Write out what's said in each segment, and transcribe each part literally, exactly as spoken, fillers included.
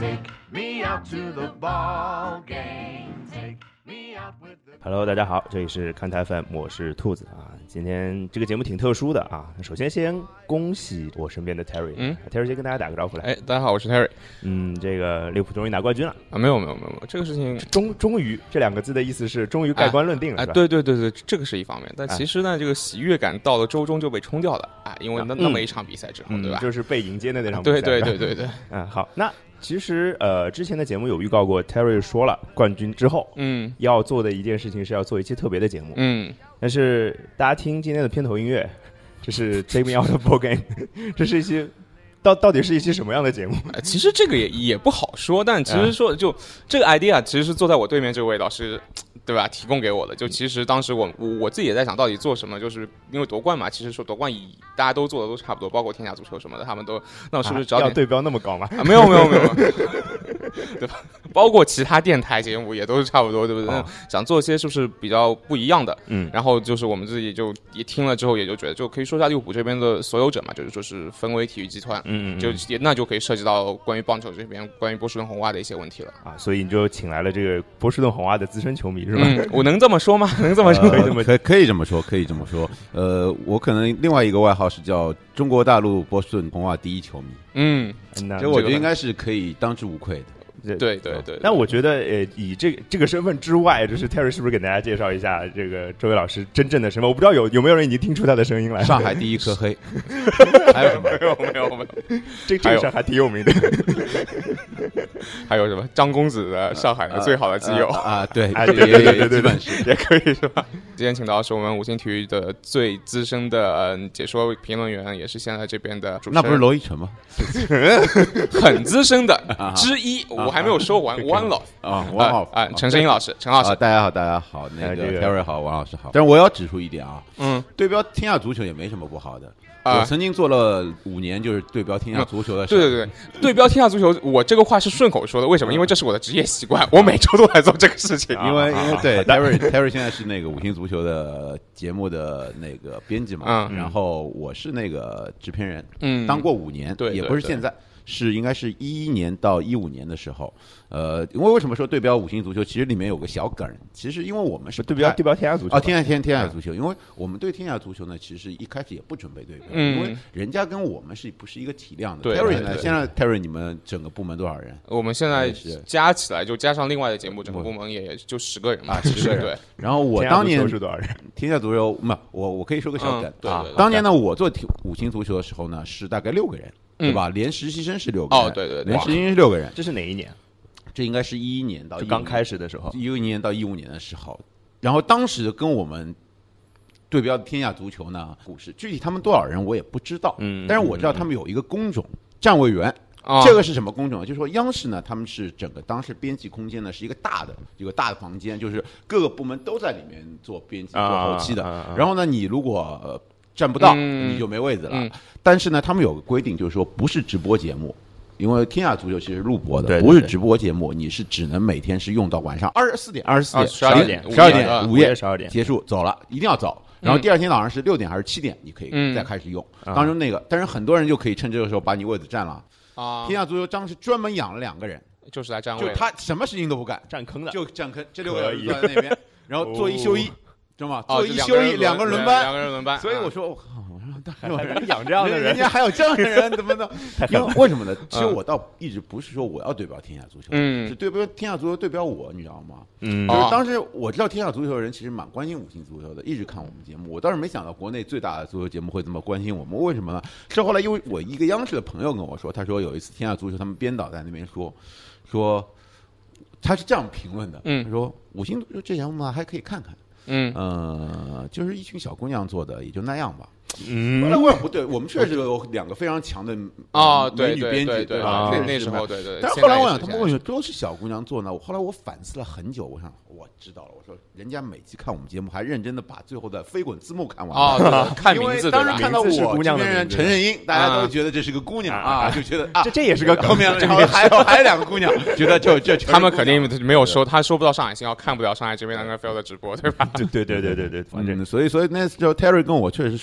Take me out to the ball game. Take me out with the Hello， 大家好，这里是看台 F M， 我是兔子啊。今天这个节目挺特殊的啊。首先先恭喜我身边的 Terry， 嗯 ，Terry 先跟大家打个招呼来。 哎，大家好，我是 Terry。 嗯，这个利物浦终于拿冠军了啊！没有没有没有没有，这个事情终终于这两个字的意思是终于盖棺论定了， 哎， 是吧？ 对对对对，这个是一方面，但其实呢，哎、这个喜悦感到了周中就被冲掉了啊，因为那、嗯、那么一场比赛之后， 嗯、 对吧？ 就是被迎接的那场比赛。 对对对对对。 嗯，好，那。其实呃，之前的节目有预告过 ，Terry 说了，冠军之后，嗯，要做的一件事情是要做一期特别的节目，嗯，但是大家听今天的片头音乐，这是 Take Me Out of Ball Game， 这是一期到到底是一期什么样的节目？ 其实这个也也不好说，但其实说就、嗯、这个 idea 其实是坐在我对面这位老师，对吧？提供给我的。就其实当时我我自己也在想，到底做什么？就是因为夺冠嘛，其实说夺冠以大家都做的都差不多，包括天下足球什么的，他们都那我是不是找点、 啊、要对标那么高吗？ 啊、没有没有没有，对吧？包括其他电台节目也都是差不多，对不对？哦、想做些是不是比较不一样的？嗯，然后就是我们自己就也听了之后，也就觉得就可以说一下利物浦这边的所有者嘛，就是说是分为体育集团，嗯，就也那就可以涉及到关于棒球这边、关于波士顿红袜的一些问题了啊。所以你就请来了这个波士顿红袜的资深球迷是吧？ 嗯，我能这么说吗？能这么说？ 可以这么可可以这么说，可以这么说。呃，我可能另外一个外号是叫中国大陆波士顿红袜第一球迷。嗯，这我觉得应该是可以当之无愧的。 对对 对, 对， 但我觉得，呃，以这个这个身份之外，就是 Terry 是不是给大家介绍一下这个周伟老师真正的身份？我不知道有有没有人已经听出他的声音来。 上海第一颗黑，还有什么？ 没有没有没有， 这这个事还挺有名的。 还有什么？张公子的上海的最好的基友、 呃呃、啊，对， 哎，对对对对对， 基本是也可以是吧？今天请到是我们五星体育的最资深的、呃、解说评论员，也是现在这边的主持人。 那不是罗一晨吗？ 很资深的之一，我还没有说完。One Love 啊，王老啊，陈胜英老师，陈老师、 啊，大家好，大家好，那个 Terry 好，王老师好。但是我要指出一点啊，嗯，对标天下足球也没什么不好的。我曾经做了五年，就是对标天下足球的事、嗯。对对对，对标天下足球，我这个话是顺口说的。为什么？因为这是我的职业习惯，我每周都来做这个事情。 因为因为对 Terry Terry 现在是那个五星足球的节目的那个编辑嘛，嗯、然后我是那个制片人，嗯，当过五年， 对， 也不是现在。是应该是一一年到一五年的时候，呃，因为为什么说对标五星足球？其实里面有个小梗，其实因为我们是对标对标天下足球啊，天下天天下足球，因为我们对天下足球呢，其实一开始也不准备对标，嗯、因为人家跟我们是不是一个体量的。 对 Terry 呢，现在 Terry 你们整个部门多少人？ 我们现在加起来就加上另外的节目，整个部门也就十个人嘛， 十个人。对。然后我当年是多少人？ 天下足球嘛，我我可以说个小梗、 嗯、对, 对, 对、 啊。当年呢，我做五星足球的时候呢，是大概六个人。对吧？连实习生是六个人， 哦，对对对， 连实习生是六个人。 这是哪一年？ 这应该是一一年到刚开始的时候， 一一年到一五年的时候。然后当时跟我们对标天下足球呢，股市具体他们多少人我也不知道，嗯，但是我知道他们有一个工种，站位员。哦、这个是什么工种？就是说央视呢，他们是整个当时编辑空间呢是一个大的一个大的房间，就是各个部门都在里面做编辑、做后期的。啊啊啊、然后呢，你如果、呃站不到、嗯、你就没位子了、嗯。但是呢，他们有个规定，就是说不是直播节目，因为天下足球其实是录播的， 对对对， 不是直播节目，你是只能每天是用到晚上二十四点、二十四点、 十二点、 十二点、午夜十二点结束走了，一定要走。然后第二天早上是六点还是七点，你可以再开始用。嗯、当中那个，但是很多人就可以趁这个时候把你位子占了。啊，天下足球当时专门养了两个人， 就是来占位， 就他什么事情都不干， 占坑的， 就占坑。这六个人坐在那边，然后做一休一。知道吗？ 做一休一，两个人轮班， 两个人轮班。 所以我说，我靠，我说还有人养这样的人， 人家还有这样的人，怎么能？因为为什么呢？其实我倒一直不是说我要对标天下足球，嗯，是对标天下足球对标我，你知道吗？嗯，就是当时我知道天下足球的人其实蛮关心五星足球的，一直看我们节目。我倒是没想到国内最大的足球节目会这么关心我们，为什么呢？是后来因为我一个央视的朋友跟我说，他说有一次天下足球他们编导在那边说说，他是这样评论的，嗯，他说五星足球这节目嘛还可以看看。嗯呃，就是一群小姑娘做的，也就那样吧。嗯，后来我想不对，我们确实有两个非常强的啊， 美女编辑， 对对吧？ 那那时候对对。 但是后来我想，他们为什么都是小姑娘做呢？我后来我反思了很久，我想我知道了，我说人家每期看我们节目还认真的把最后的飞滚字幕看完啊，看名字， 当时看到我姑娘的人陈胜英，大家都觉得这是个姑娘啊，就觉得啊， 这这也是个后面然后还有还有两个姑娘，觉得就这他们肯定没有收，他收不到上海信号，看不了上海这边 N F L 的直播，对吧？ 对对对对对对， 反正所以所以那时候 Terry 跟我确实说嘛，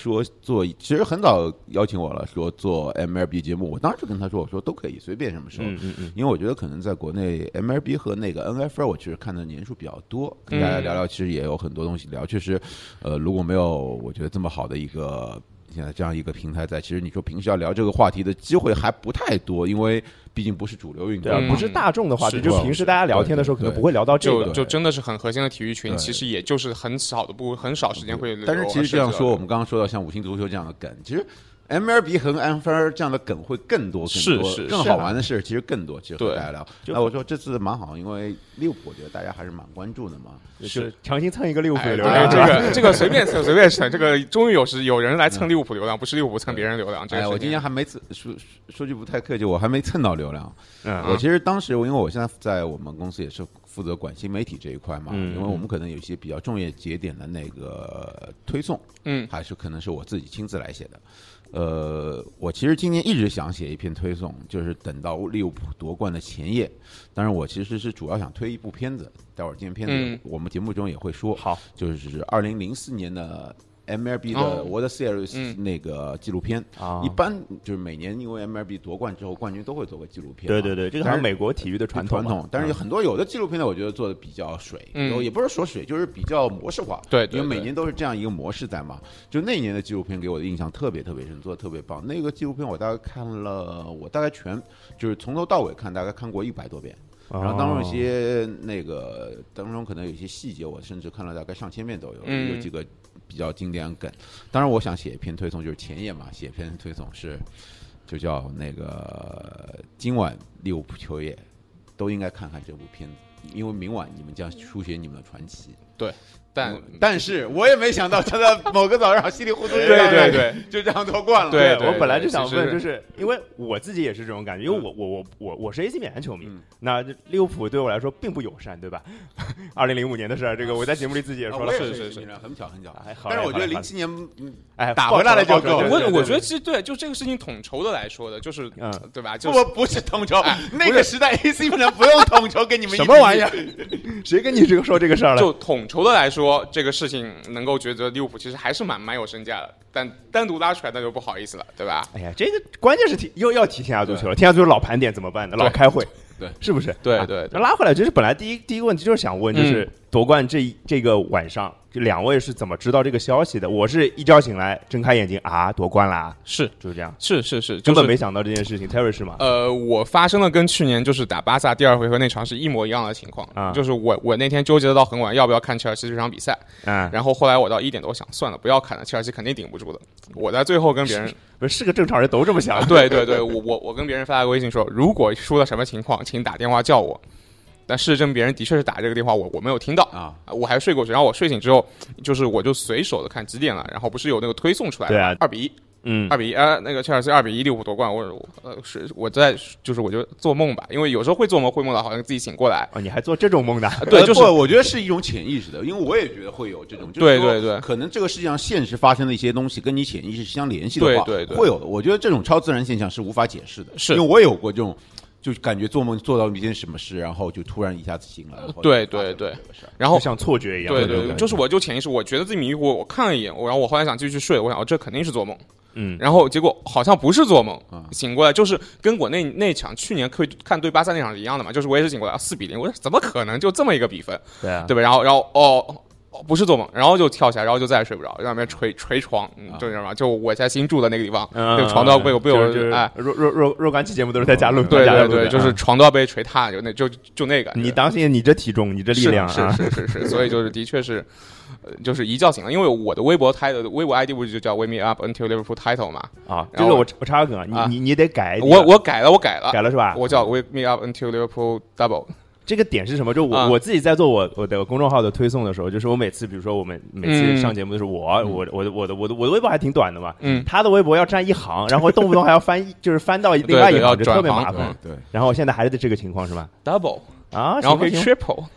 说做，其实很早邀请我了，说做 M L B 节目，我当时就跟他说，我说都可以，随便什么时候。嗯嗯嗯。因为我觉得可能在国内 M L B 和那个 N F L， 我其实看的年数比较多，跟大家聊聊，其实也有很多东西聊。确实，呃，如果没有我觉得这么好的一个现在这样一个平台在，其实你说平时要聊这个话题的机会还不太多，因为毕竟不是主流运动， 对、啊，不是大众的话题，就平时大家聊天的时候可能不会聊到这个， 就就真的是很核心的体育群，其实也就是很少的部很少时间会。 但是其实这样说，我们刚刚说到像五星足球这样的梗，其实 M L B 和 N F L 这样的梗会更多，更多， 是是更好玩的事其实更多。其实和大家聊，那我说这次蛮好，因为利物浦我觉得大家还是蛮关注的嘛， 就是强行蹭一个利物浦的流量。这个这个随便蹭随便蹭，这个终于有时有人来蹭利物浦流量，不是利物浦蹭别人流量。 哎，我今天还没蹭，说说句不太客气，我还没蹭到流量。嗯，我其实当时因为我现在在我们公司也是负责管新媒体这一块嘛，因为我们可能有一些比较重要节点的那个推送，嗯，还是可能是我自己亲自来写的。呃，我其实今年一直想写一篇推送，就是等到利物浦夺冠的前夜。当然，我其实是主要想推一部片子，待会儿这篇片子、嗯、我们节目中也会说。 好， 就是二零零四年的 M L B 的 World Series 那个纪录片、哦、一般就是每年因为 M L B 夺冠之后冠军都会做个纪录片。 对对对，这个好像美国体育的传统。 传统，但是有很多有的纪录片呢，我觉得做的比较水，嗯、也不是说水，就是比较模式化。 对, 对, 对， 因为每年都是这样一个模式在嘛。就那一年的纪录片给我的印象特别特别深，做的特别棒。那个纪录片我大概看了，我大概全就是从头到尾看，大概看过一百多遍。然后当中有些那个当中可能有一些细节，我甚至看了大概上千遍都有，嗯、有几个比较经典的梗。当然，我想写一篇推送，就是前夜嘛，写一篇推送是就叫那个今晚利物浦球业都应该看看这部片子，因为明晚你们将书写你们的传奇。 对。但但是我也没想到他在某个早上稀里糊涂对对对就这样夺冠了。 对， 我本来就想问，就是因为我自己也是这种感觉，因为我我我我我是 A C 米兰球迷，那利物浦对我来说并不友善，对吧？二零零五年的事，这个我在节目里自己也说了， 是是是，很巧很巧。但是我觉得零七年哎打回来了就够。 我我觉得其实对，就这个事情统筹的来说的，就是嗯，对吧？ 不不是统筹，那个时代 A C 米兰不用统筹给你们什么玩意儿？谁跟你这个说这个事儿了？ 就统筹的来说，这个事情。能够觉得利物浦其实还是蛮蛮有身价的，但单独拉出来那就不好意思了，对吧？ 哎呀，这个关键是提又要提天下足球了，天下足球老盘点怎么办呢？老开会， 对， 是不是？ 对对。 那、啊、拉回来，其实本来第一第一个问题就是想问，就是夺冠这这个晚上，这两位是怎么知道这个消息的？我是一觉醒来，睁开眼睛啊，夺冠啦， 是就是这样， 是是是， 根本没想到这件事情。Terry 是吗？ 呃，我发生了跟去年就是打巴萨第二回合那场是一模一样的情况啊，就是我我那天纠结到很晚，要不要看切尔西这场比赛啊？然后后来我到一点多想算了，不要看了，切尔西肯定顶不住的。我在最后跟别人不是是个正常人都这么想， 对对对，我我我跟别人发了个微信说，如果出了什么情况，请打电话叫我。但事实证明别人的确是打这个电话，我我没有听到啊，我还睡过去。然后我睡醒之后，就是我就随手的看几点了，然后不是有那个推送出来的， 对啊， 二比一， 嗯， 二比一啊，那个切尔西二比一利物浦夺冠，我呃是我在就是我就做梦吧，因为有时候会做梦，会梦到好像自己醒过来啊、哦，你还做这种梦的？ 对，就是我觉得是一种潜意识的，因为我也觉得会有这种， 对对对， 可能这个世界上现实发生的一些东西跟你潜意识相联系的话， 对对对， 会有的。我觉得这种超自然现象是无法解释的， 是因为我也有过这种。就感觉做梦做到一件什么事，然后就突然一下子醒了。 对对对，然后像错觉一样。 对对对，就是我就潜意识，我觉得自己迷糊，我看了一眼，然后我后来想继续睡，我想、哦、这肯定是做梦。嗯，然后结果好像不是做梦，嗯、醒过来就是跟我那那场去年可以看对巴萨那场是一样的嘛，就是我也是醒过来四比零，我说怎么可能就这么一个比分？ 对啊， 对吧？然后然后哦。哦，不是做梦，然后就跳起来，然后就再也睡不着，在那边捶捶床，嗯，就知道吗？就我在新住的那个地方， 嗯、 那个床都要被我被我、 就是、 哎， 若若若若干期节目都是在家录， 对对对，就是床都要被捶塌，就那就就那个。 你当心，你这体重，你这力量啊，是是是是，所以就是的确是，呃，就是一觉醒了，因为我的微博开的微博 I D 不就叫 Wake Me Up Until Liverpool Title 嘛？ 啊，这个我我插个梗，你、啊、你你得改， 我我改了，我改了， 改了是吧？ 我叫 Wake Me Up Until Liverpool Double。 这个点是什么？就我、嗯、我自己在做我我的公众号的推送的时候，就是我每次，比如说我们每次上节目的时候，我、嗯、我我的我的我的我的微博还挺短的嘛，嗯，他的微博要占一行，然后动不动还要翻，就是翻到另外一行，就特别麻烦。 对， 然后现在还是这个情况是吧 ？Double 啊， 然后可以 triple，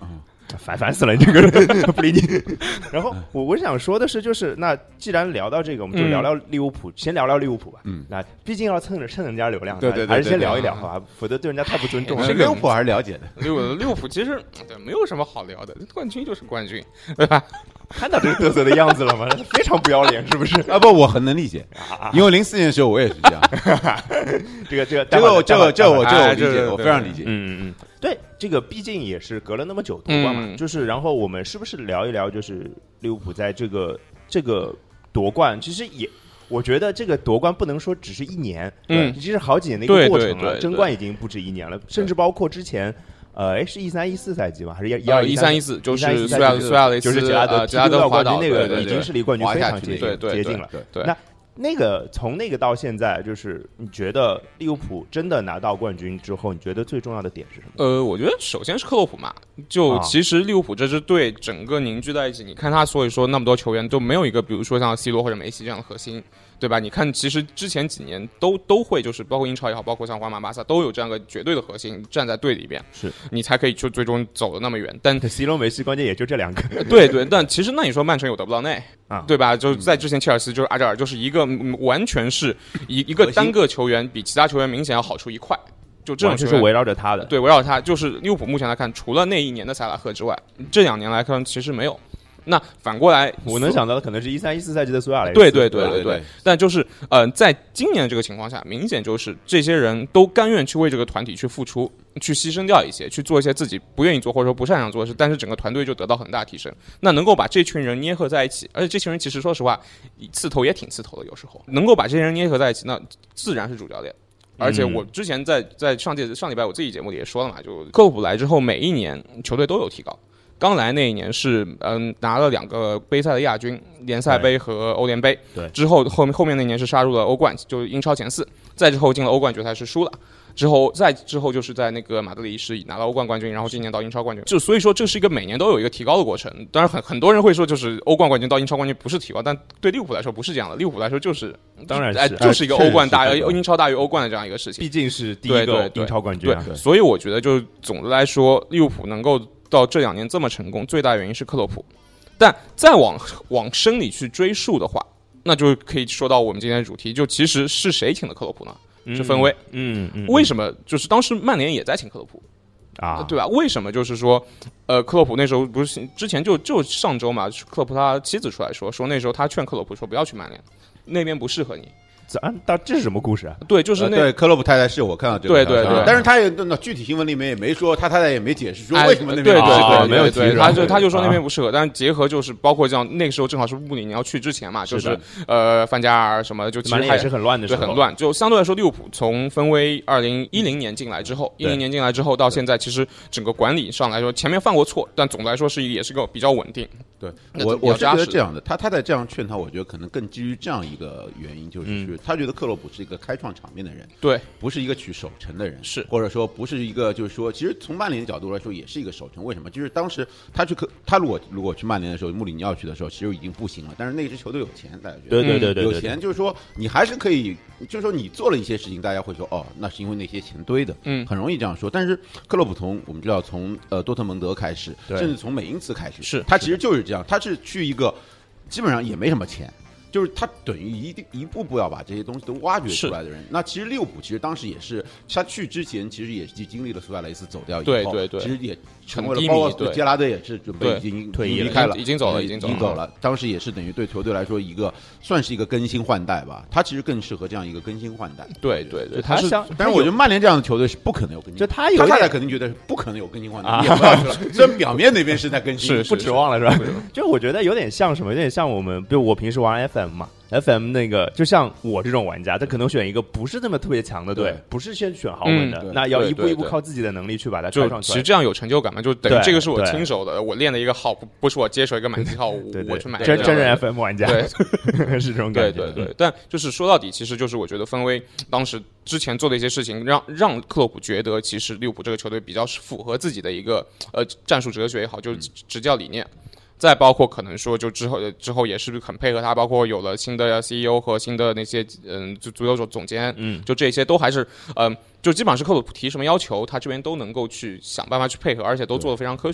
烦烦死了，你这个人不理你。然后我我想说的是，就是那既然聊到这个，我们就聊聊利物浦，嗯、先聊聊利物浦吧。嗯，那毕竟要蹭着蹭人家流量， 对对 对, 对， 还是先聊一聊好吧，否则对人家太不尊重了。 利物浦还是了解的， 利物利物浦其实对没有什么好聊的，冠军就是冠军，对吧？ 看到这个嘚瑟的样子了吗？非常不要脸，是不是？ 啊不，我很能理解，因为零四年的时候我也是这样。 这个这个这个这个这我这我理解，我非常理解。 嗯嗯，对，这个毕竟也是隔了那么久夺冠嘛， 嗯、 就是然后我们是不是聊一聊，就是利物浦在这个这个夺冠，其实也。我觉得这个夺冠不能说只是一年，嗯，其实好几年的一个过程了。 对对对对争冠已经不止一年了，甚至包括之前，呃，哎，是一三一四赛季吗？还是一二一三一四？就是苏亚苏亚雷斯， 就是杰拉德杰拉德冠军那个已经是离冠军非常接近接近了。 对， 那那个从那个到现在，就是你觉得利物浦真的拿到冠军之后，你觉得最重要的点是什么？ 呃，我觉得首先是克洛普嘛，就其实利物浦这支队整个凝聚在一起，你看他所以说那么多球员都没有一个，比如说像 C 罗或者梅西这样的核心。对吧？你看，其实之前几年都都会，就是包括英超也好，包括像皇马、巴萨，都有这样一个绝对的核心站在队里边， 是你才可以就最终走得那么远。但 C 罗、梅西关键也就这两个。 对对，但其实那你说曼城有德布劳内啊， 对吧？就在之前切尔西就是阿扎尔，就是一个完全是一一个单个球员比其他球员明显要好出一块。就这种就是围绕着他的， 对，围绕着他，就是利物浦目前来看，除了那一年的萨拉赫之外，这两年来看其实没有。那反过来， 我能想到的可能是一三一四赛季的苏亚雷斯。 对对对对 对, 对, 对。但就是呃，在今年的这个情况下，明显就是这些人都甘愿去为这个团体去付出，去牺牲掉一些，去做一些自己不愿意做或者说不擅长做的事，但是整个团队就得到很大提升。那能够把这群人捏合在一起，而且这群人其实说实话，刺头也挺刺头的，有时候能够把这些人捏合在一起，那自然是主教练。而且我之前在在上届上礼拜我自己节目里也说了嘛，就克洛普来之后，每一年球队都有提高。刚来那一年是嗯拿了两个杯赛的亚军，联赛杯和欧联杯。 对， 之后后面后面那年是杀入了欧冠，就英超前四。再之后进了欧冠决赛是输了，之后再之后就是在那个马德里是拿了欧冠冠军，然后今年到英超冠军。就所以说这是一个每年都有一个提高的过程。当然很很多人会说就是欧冠冠军到英超冠军不是提高，但对利物浦来说不是这样的。利物浦来说就是当然是、 哎、就是一个欧冠大于英超大于欧冠的这样一个事情。 毕竟是第一个英超冠军、啊。 对，所以我觉得就总的来说，利物浦能够到这两年这么成功，最大原因是克洛普。但再往往深里去追溯的话，那就可以说到我们今天的主题，就其实是谁请的克洛普呢？是分威。 嗯 嗯, 嗯， 为什么？就是当时曼联也在请克洛普啊， 对吧？为什么？就是说，呃，克洛普那时候不是之前就就上周嘛，克洛普他妻子出来说，说那时候他劝克洛普说不要去曼联，那边不适合你。 啊，但这是什么故事啊？ 对，就是那、 呃、对克洛普太太是我看到这个， 对对对， 但是他也那具体新闻里面也没说，他太太也没解释说为什么那边、 哎、对对对、 哦、没有提， 他就他就说那边不适合，啊、但是结合就是包括这样，那个时候正好是穆里尼奥去之前嘛，就是、是呃范加尔什么，就其实也是很乱的时候， 对，很乱。就相对来说，利物浦从分威二零一零年进来之后，一零年进来之后到现在，其实整个管理上来说，前面犯过错，但总的来说是也是个比较稳定。 对，我我是觉得这样的，他太太这样劝他，我觉得可能更基于这样一个原因，就是、嗯、他觉得克洛普是一个开创场面的人， 对， 不是一个取守城的人， 是， 或者说不是一个就是说，其实从曼联的角度来说，也是一个守城。为什么？就是当时他去克，他如果如果去曼联的时候，穆里尼奥去的时候，其实已经不行了，但是那支球队有钱，大家觉得， 对对对对， 有钱就是说你还是可以，就是说你做了一些事情，大家会说哦，那是因为那些钱堆的， 嗯， 很容易这样说。但是克洛普从我们知道从呃多特蒙德开始，甚至从美因茨开始， 是他其实就是这样，他是去一个基本上也没什么钱。就是他等于一定一步步要把这些东西都挖掘出来的人。那其实利物浦其实当时也是，他去之前其实也是经历了苏亚雷斯走掉以后， 对对对， 其实也成为了，包括杰拉德也是准备已经退役离开了， 已经走了，已经走了，已经走了。当时也是等于对球队来说一个算是一个更新换代吧，他其实更适合这样一个更新换代。 对对对， 他是， 但是我觉得曼联这样的球队是不可能有更新， 就他有他太太肯定觉得不可能有更新换代，也不要去了。虽然表面那边是在更新， 是不指望了是吧？就我觉得有点像什么，有点像我们，比如我平时玩 F M 嘛。F M 那个就像我这种玩家，他可能选一个不是那么特别强的队，不是先选豪门的， 嗯、 那要一步一步靠自己的能力去把它开创出来。 其实这样有成就感嘛，就等于这个是我亲手的，我练的一个号，不是我接手一个满级号， 对对我去买。 真真人 F M 玩家， 对， 是这种感觉。 对对对，但就是说到底，其实就是我觉得分威当时之前做的一些事情，让让克洛普觉得其实利物浦这个球队比较符合自己的一个呃战术哲学也好，就是执教理念。再包括可能说，就之后之后也是很配合他，包括有了新的 C E O 和新的那些嗯，就足球总监， 嗯， 就这些都还是嗯，就基本上是克洛普提什么要求，他这边都能够去想办法去配合，而且都做得非常科学。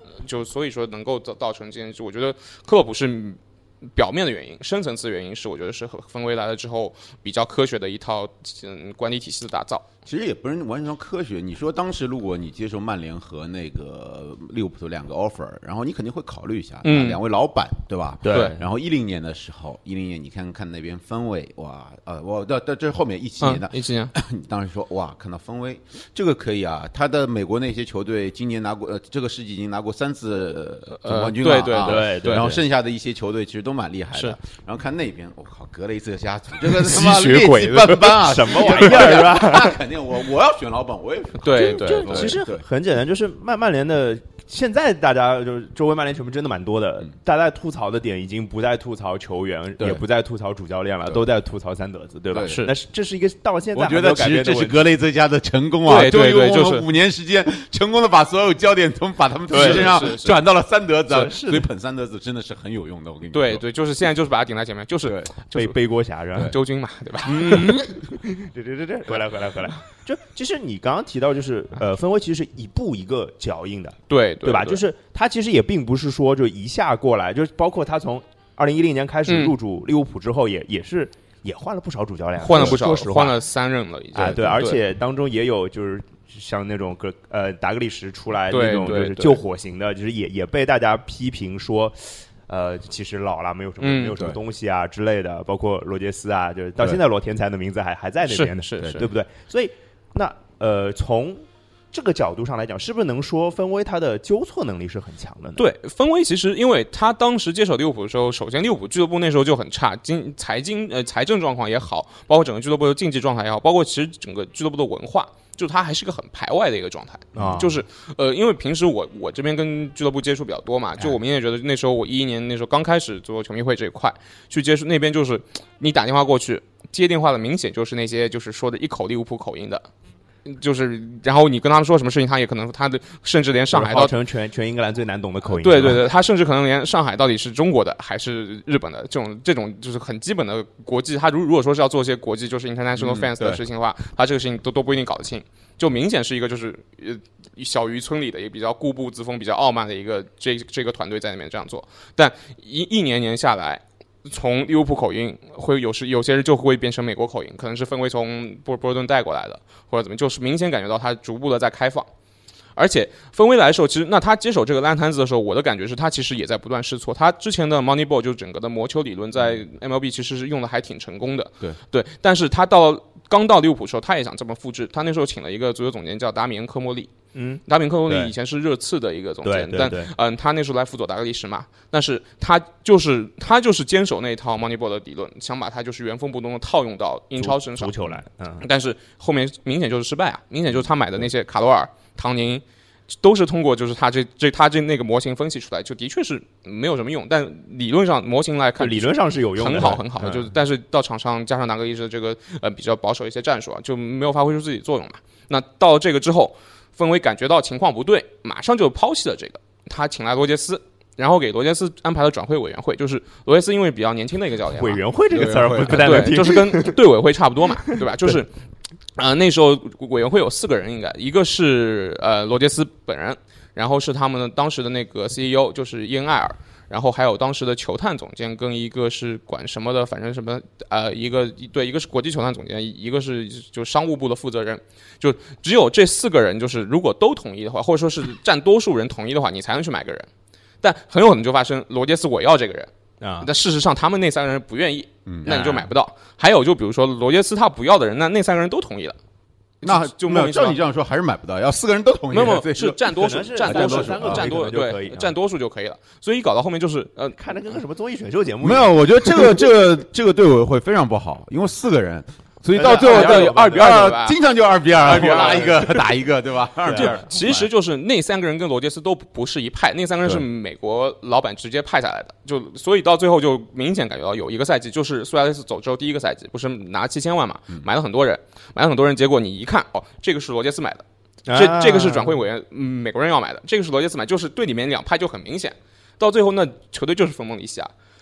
就所以说能够造成这件事，我觉得克洛普是表面的原因，深层次的原因是我觉得是分威来了之后比较科学的一套嗯管理体系的打造。 其实也不是完全科学。你说当时如果你接受曼联和那个利物浦的两个 offer， 然后你肯定会考虑一下，嗯，两位老板对吧？ 对。 然后一零年的时候，一零年你看看那边分威，哇，呃，我到到这是后面一七年的， 一七年， 你当时说哇，看到分威这个可以啊，他的美国那些球队今年拿过，呃，这个世纪已经拿过三次总冠军了， 呃、对对对对。 然后剩下的一些球队其实都蛮厉害的。 是。 然后看那边，我靠，格雷泽家族这个吸血鬼半般啊， 什么玩意儿是吧？ 那肯定，我我要选老板，我也对对对。其实很简单，就是曼曼联的现在大家就是周围曼联球迷真的蛮多的，嗯、大家吐槽的点已经不再吐槽球员，也不再吐槽主教练了，都在吐槽三德子，对吧？ 对是。那是这是一个到现在我觉得其实这是格雷泽家的成功啊， 对对对， 就是五年时间成功的把所有焦点从把他们自己身上转到了三德子，所以捧三德子真的是很有用的。我跟你说， 对对，就是现在就是把他顶在前面，就是背背锅侠是吧？ 周军嘛，对吧？ 嗯，对对对对，回来回来回来。就其实你刚刚提到，就是呃，分威其实是一步一个脚印的， 对对吧？就是他其实也并不是说就一下过来，就是包括他从二零一零年开始入主利物浦之后也，也、嗯、也是也换了不少主教练， 换了不少， 说实话换了三任了已经。 哎，对，而且当中也有就是像那种格呃达格利什出来那种就是救火型的，就是也也被大家批评说。呃，其实老了没有什么、嗯、没有什么东西啊之类的，包括罗杰斯啊，就是到现在罗天才的名字还还在那边的， 是是， 对不对？所以那呃，从这个角度上来讲，是不是能说分威他的纠错能力是很强的呢？ 对，分威其实因为他当时接手利物浦的时候，首先利物浦俱乐部那时候就很差，经财经呃财政状况也好，包括整个俱乐部的竞技状态也好，包括其实整个俱乐部的文化。就他还是个很排外的一个状态、啊、就是呃，因为平时我我这边跟俱乐部接触比较多嘛，就我们也觉得那时候我一一年那时候刚开始做球迷会这一块去接触，那边就是你打电话过去接电话的明显就是那些就是说的一口利物浦口音的。就是然后你跟他们说什么事情，他也可能他的甚至连上海号称全全英格兰最难懂的口音， 对对对，他甚至可能连上海到底是中国的还是日本的这种这种就是很基本的国际，他如如果说是要做一些国际就是 international fans 的事情的话，嗯、他这个事情都都不一定搞得清，就明显是一个就是呃小渔村里的一个比较固步自封、比较傲慢的一个这这个团队在那边这样做，但一一年年下来。从利物浦口音会有时有些人就会变成美国口音，可能是分威从波波士顿带过来的，或者怎么，就是明显感觉到他逐步的在开放。而且分威来的时候，其实那他接手这个烂摊子的时候，我的感觉是他其实也在不断试错。他之前的 Moneyball 就是整个的魔球理论在 M L B 其实是用的还挺成功的， 对对。但是他到刚到利物浦的时候，他也想这么复制。他那时候请了一个足球总监叫达米恩科莫利。嗯，达米恩科莫利以前是热刺的一个总监，但嗯，他那时候来辅佐达格利什嘛，但是他就是他就是坚守那一套 Moneyball 的理论，想把它就是原封不动的套用到英超身上足球来，嗯， 但是后面明显就是失败啊，明显就是他买的那些卡罗尔、唐宁。都是通过就是他这这他这那个模型分析出来，就的确是没有什么用，但理论上模型来看， 理论上是有用的， 很好很好的，就是但是到场上加上达格利什的这个呃比较保守一些战术啊，就没有发挥出自己作用嘛。那到这个之后，氛围感觉到情况不对，马上就抛弃了这个，他请来罗杰斯。然后给罗杰斯安排了转会委员会，就是罗杰斯因为比较年轻的一个教练， 委员会这个词儿不太能听， 对，就是跟队委会差不多嘛，对吧？就是呃那时候委员会有四个人，应该一个是呃罗杰斯本人，然后是他们的当时的那个 C E O 就是伊恩艾尔，然后还有当时的球探总监，跟一个是管什么的，反正什么呃一个对一个是国际球探总监，一个是就商务部的负责人，就只有这四个人，就是如果都同意的话，或者说是占多数人同意的话，你才能去买个人。但很有可能就发生罗杰斯我要这个人啊，但事实上他们那三个人不愿意，嗯，那你就买不到。还有就比如说罗杰斯他不要的人，那那三个人都同意了， 那就没有照你这样说还是买不到，要四个人都同意， 没有没有是占多数，占多数， 三个占多对占多数就可以了。所以搞到后面就是呃， 看着跟个什么综艺选秀节目没有，我觉得这个这个这个队委会非常不好，因为四个人。所以到最后到二比二，经常就二比二，二比二拉一个打一个，对吧？二比二， 其实就是那三个人跟罗杰斯都不是一派，那三个人是美国老板直接派下来的，就所以到最后就明显感觉到有一个赛季，就是苏亚雷斯走之后第一个赛季，不是拿七千万嘛，买了很多人，买了很多人，结果你一看，哦，这个是罗杰斯买的，这这个是转会委员、嗯、美国人要买的，这个是罗杰斯买，就是队里面两派就很明显，到最后那球队就是分崩离析啊， 就。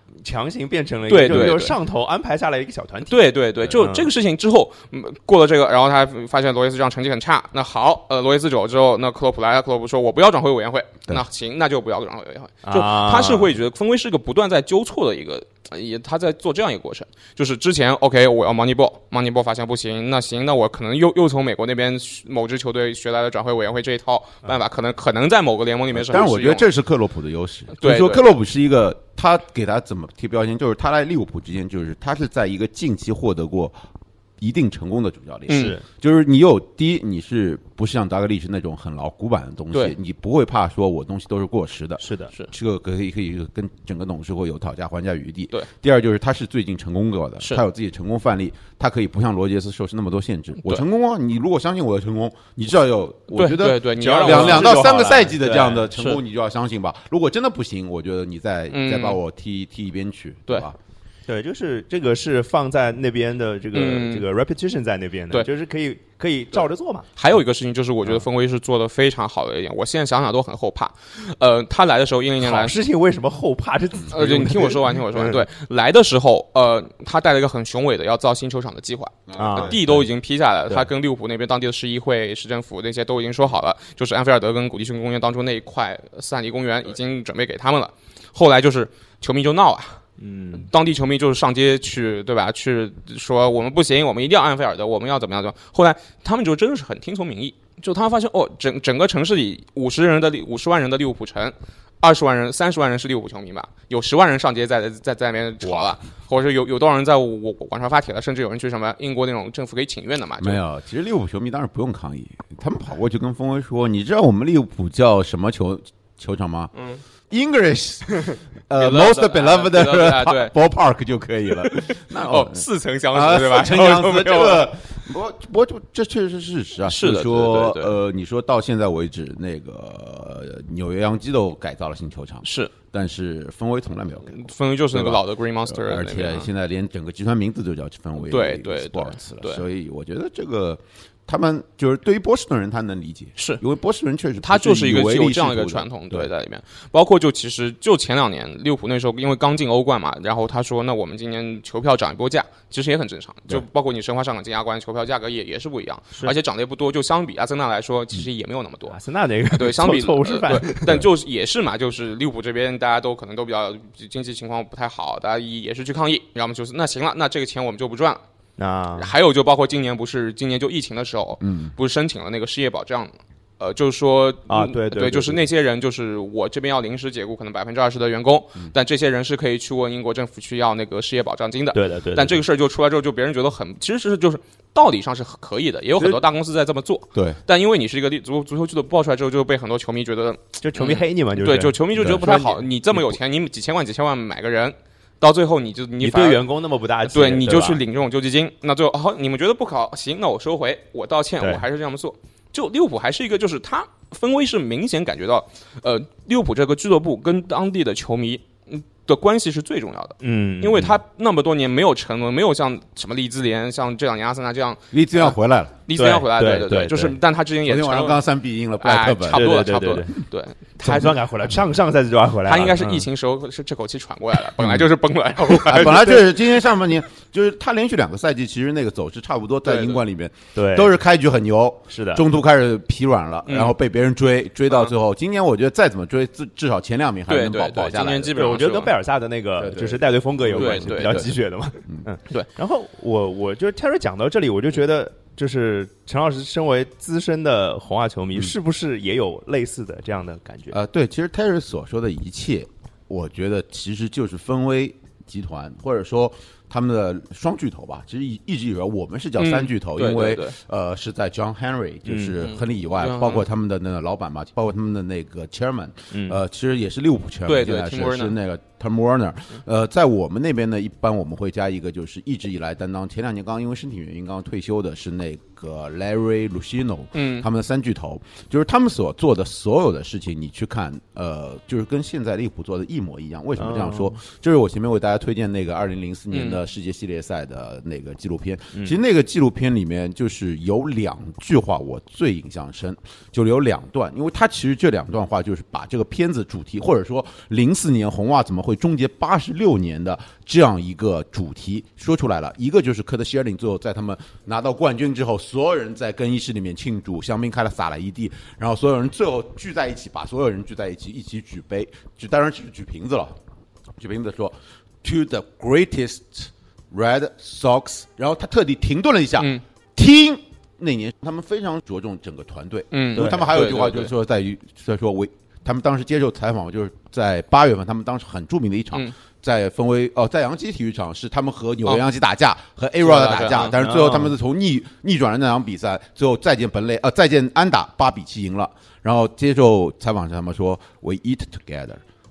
强行变成了一个对对就上头安排下来一个小团体。 对对对，就这个事情之后，嗯、过了这个，然后他发现罗耶斯这样成绩很差。那好，呃，罗耶斯走之后，那克洛普来了，克洛普说我不要转会委员会，那行，那就不要转会委员会。就他是会觉得分威是个不断在纠错的一个。也他在做这样一个过程，就是之前 OK 我要 Moneyball，Moneyball 发现不行，那行，那我可能又又从美国那边某支球队学来的转会委员会这一套办法，可能可能在某个联盟里面是很适用的。 但是我觉得这是克洛普的优势，就是说克洛普是一个他给他怎么贴标签，就是他来利物浦之前，就是他是在一个近期获得过一定成功的主教练， 是， 就是你有第一，你是不是像达格利什那种很老古板的东西，你不会怕说我东西都是过时的， 是的， 是这个可以可以跟整个董事会有讨价还价余地。 对， 第二就是他是最近成功过的，他有自己成功范例，他可以不像罗杰斯受那么多限制。我成功啊，你如果相信我的成功，你至少有，我觉得对对，你要两两到三个赛季的这样的成功，你就要相信吧。如果真的不行，我觉得你再、嗯、再把我踢踢一边去，对吧？ 对，就是这个是放在那边的这个、嗯、这个 repetition 在那边的， 对， 就是可以可以照着做嘛。 还有一个事情就是，我觉得分威是做的非常好的一点，我现在想想都很后怕。呃，他来的时候，一零年来， 好事情为什么后怕？这呃，你听我说完，听我说完。对，来的时候，呃，他带了一个很雄伟的要造新球场的计划啊，地都已经批下来了，他跟利物浦那边当地的市议会、市政府那些都已经说好了，就是安菲尔德跟古迪逊公园当中那一块斯坦尼公园已经准备给他们了。后来就是球迷就闹啊。嗯，当地球迷就是上街去，对吧？去说我们不行，我们一定要安菲尔德，我们要怎么样？怎么样？后来他们就真的是很听从民意，就他们发现哦，整整个城市里五十人的五十万人的利物浦城，二十万人、三十万人是利物浦球迷吧？有十万人上街在在在那边吵了，或者是有有多少人在我网上发帖了，甚至有人去什么英国那种政府可以请愿的嘛？ 没有，其实利物浦球迷当然不用抗议，他们跑过去跟峰威说：“你知道我们利物浦叫什么球球场吗？”嗯。English， 呃 ，most beloved ballpark 就可以了。那哦，似曾相识，对吧？ 似曾相识，这个不不，这确实是事实啊。 是的， 说呃，你说到现在为止，那个纽约洋基都改造了新球场， 是， 但是氛围从来没有改。 氛围就是那个老的 Green Monster， 而且现在连整个集团名字都叫氛围， 对对 Sports 了。所以我觉得这个。他们就是对于波士顿人，他能理解， 是因为波士顿人确实他就是一个有这样一个传统对在里面。包括就其实就前两年利物浦那时候因为刚进欧冠嘛，然后他说那我们今年球票涨一波价，其实也很正常。就包括你申花、上港、金亚冠球票价格也也是不一样，而且涨得也不多。就相比阿森纳来说，其实也没有那么多。 阿森纳那个对相比错误示范， 对，但就是也是嘛，就是利物浦这边大家都可能都比较经济情况不太好，大家也是去抗议，然后就是那行了，那这个钱我们就不赚了。 啊， 还有就包括今年不是今年就疫情的时候，嗯，不是申请了那个失业保障，呃，就是说啊，对对, 对, 对，就是那些人，就是我这边要临时解雇可能百分之二十的员工，嗯，但这些人是可以去问英国政府去要那个失业保障金的， 对的对的。 但这个事儿就出来之后，就别人觉得很，其实是就是道理上是可以的，也有很多大公司在这么做， 对。 但因为你是一个足足球俱乐部爆出来之后，就被很多球迷觉得， 就球迷黑你嘛，就是对，就球迷就觉得不太好，你这么有钱，你几千万几千万买个人。到最后你就你你对员工那么不大气， 对，你就去领这种救济金。那最后好，你们觉得不好，行，那我收回，我道歉，我还是这样做。就利物浦还是一个，就是他氛围是明显感觉到，呃，利物浦这个俱乐部跟当地的球迷的关系是最重要的。 嗯， 因为他那么多年没有沉沦，没有像什么利兹联、像这两年阿森纳这样， 利兹联回来了， 利兹联回来， 对对对，就是，但他之前也昨天晚上刚三比赢了布莱克本， 差不多了， 差不多了，对。 他算该回来，上上赛季就要回来。 他应该是疫情时候是这口气喘过来了，本来就是崩了， 本来就是今年上半年就是他连续两个赛季，其实那个走势差不多，在英冠里面， 对， 都是开局很牛， 是的， 中途开始疲软了，然后被别人追，追到最后，今年我觉得再怎么追，至至少前两名还能保保下来。 今年基本上我觉得跟贝尔萨的那个就是带队风格有关系，比较鸡血的嘛。 嗯，对。 然后我我就 Terry 讲到这里，我就觉得。就是陈老师身为资深的红袜球迷，嗯，是不是也有类似的这样的感觉？ 呃，对，其实 Terry 所说的一切，我觉得其实就是分威集团，或者说他们的双巨头吧。其实一直以为我们是叫三巨头， 嗯， 因为对对对呃是在 John Henry 就是亨利以外， 嗯， 包括他们的那个老板嘛，包括他们的那个 Chairman， 嗯， 呃，其实也是利物浦 Chairman， 对对， 现在是是那个。Tom Warner， 呃，在我们那边呢，一般我们会加一个，就是一直以来担当，前两年刚刚因为身体原因刚刚退休的是那个 Larry Lucchino， 嗯，他们的三巨头，就是他们所做的所有的事情，你去看，呃，就是跟现在利物浦做的一模一样。为什么这样说？哦，就是我前面为大家推荐那个二零零四年的的世界系列赛的那个纪录片。嗯、其实那个纪录片里面就是有两句话我最印象深，就有两段，因为他其实这两段话就是把这个片子主题，或者说零四年红袜怎么会终结八十六年的这样一个主题说出来了。一个就是科特希尔林最后在他们拿到冠军之后，所有人在更衣室里面庆祝，香槟开了洒了一地，然后所有人最后聚在一起，把所有人聚在一起一起举杯，就当然只是举瓶子了，举瓶子说 To the greatest Red Sox， 然后他特地停顿了一下，嗯、听那年他们非常着重整个团队，嗯，因为他们还有一句话就是说在于在说为他们当时接受采访，就是在八月份他们当时很著名的一场。嗯在分为哦，在洋基体育场是他们和纽约洋基打架，哦、和 A-Rod 打架，但是最后他们是从逆逆转了那场比赛，最后再见本垒呃再见安打八比七赢了。然后接受采访时他们说 ，We eat together,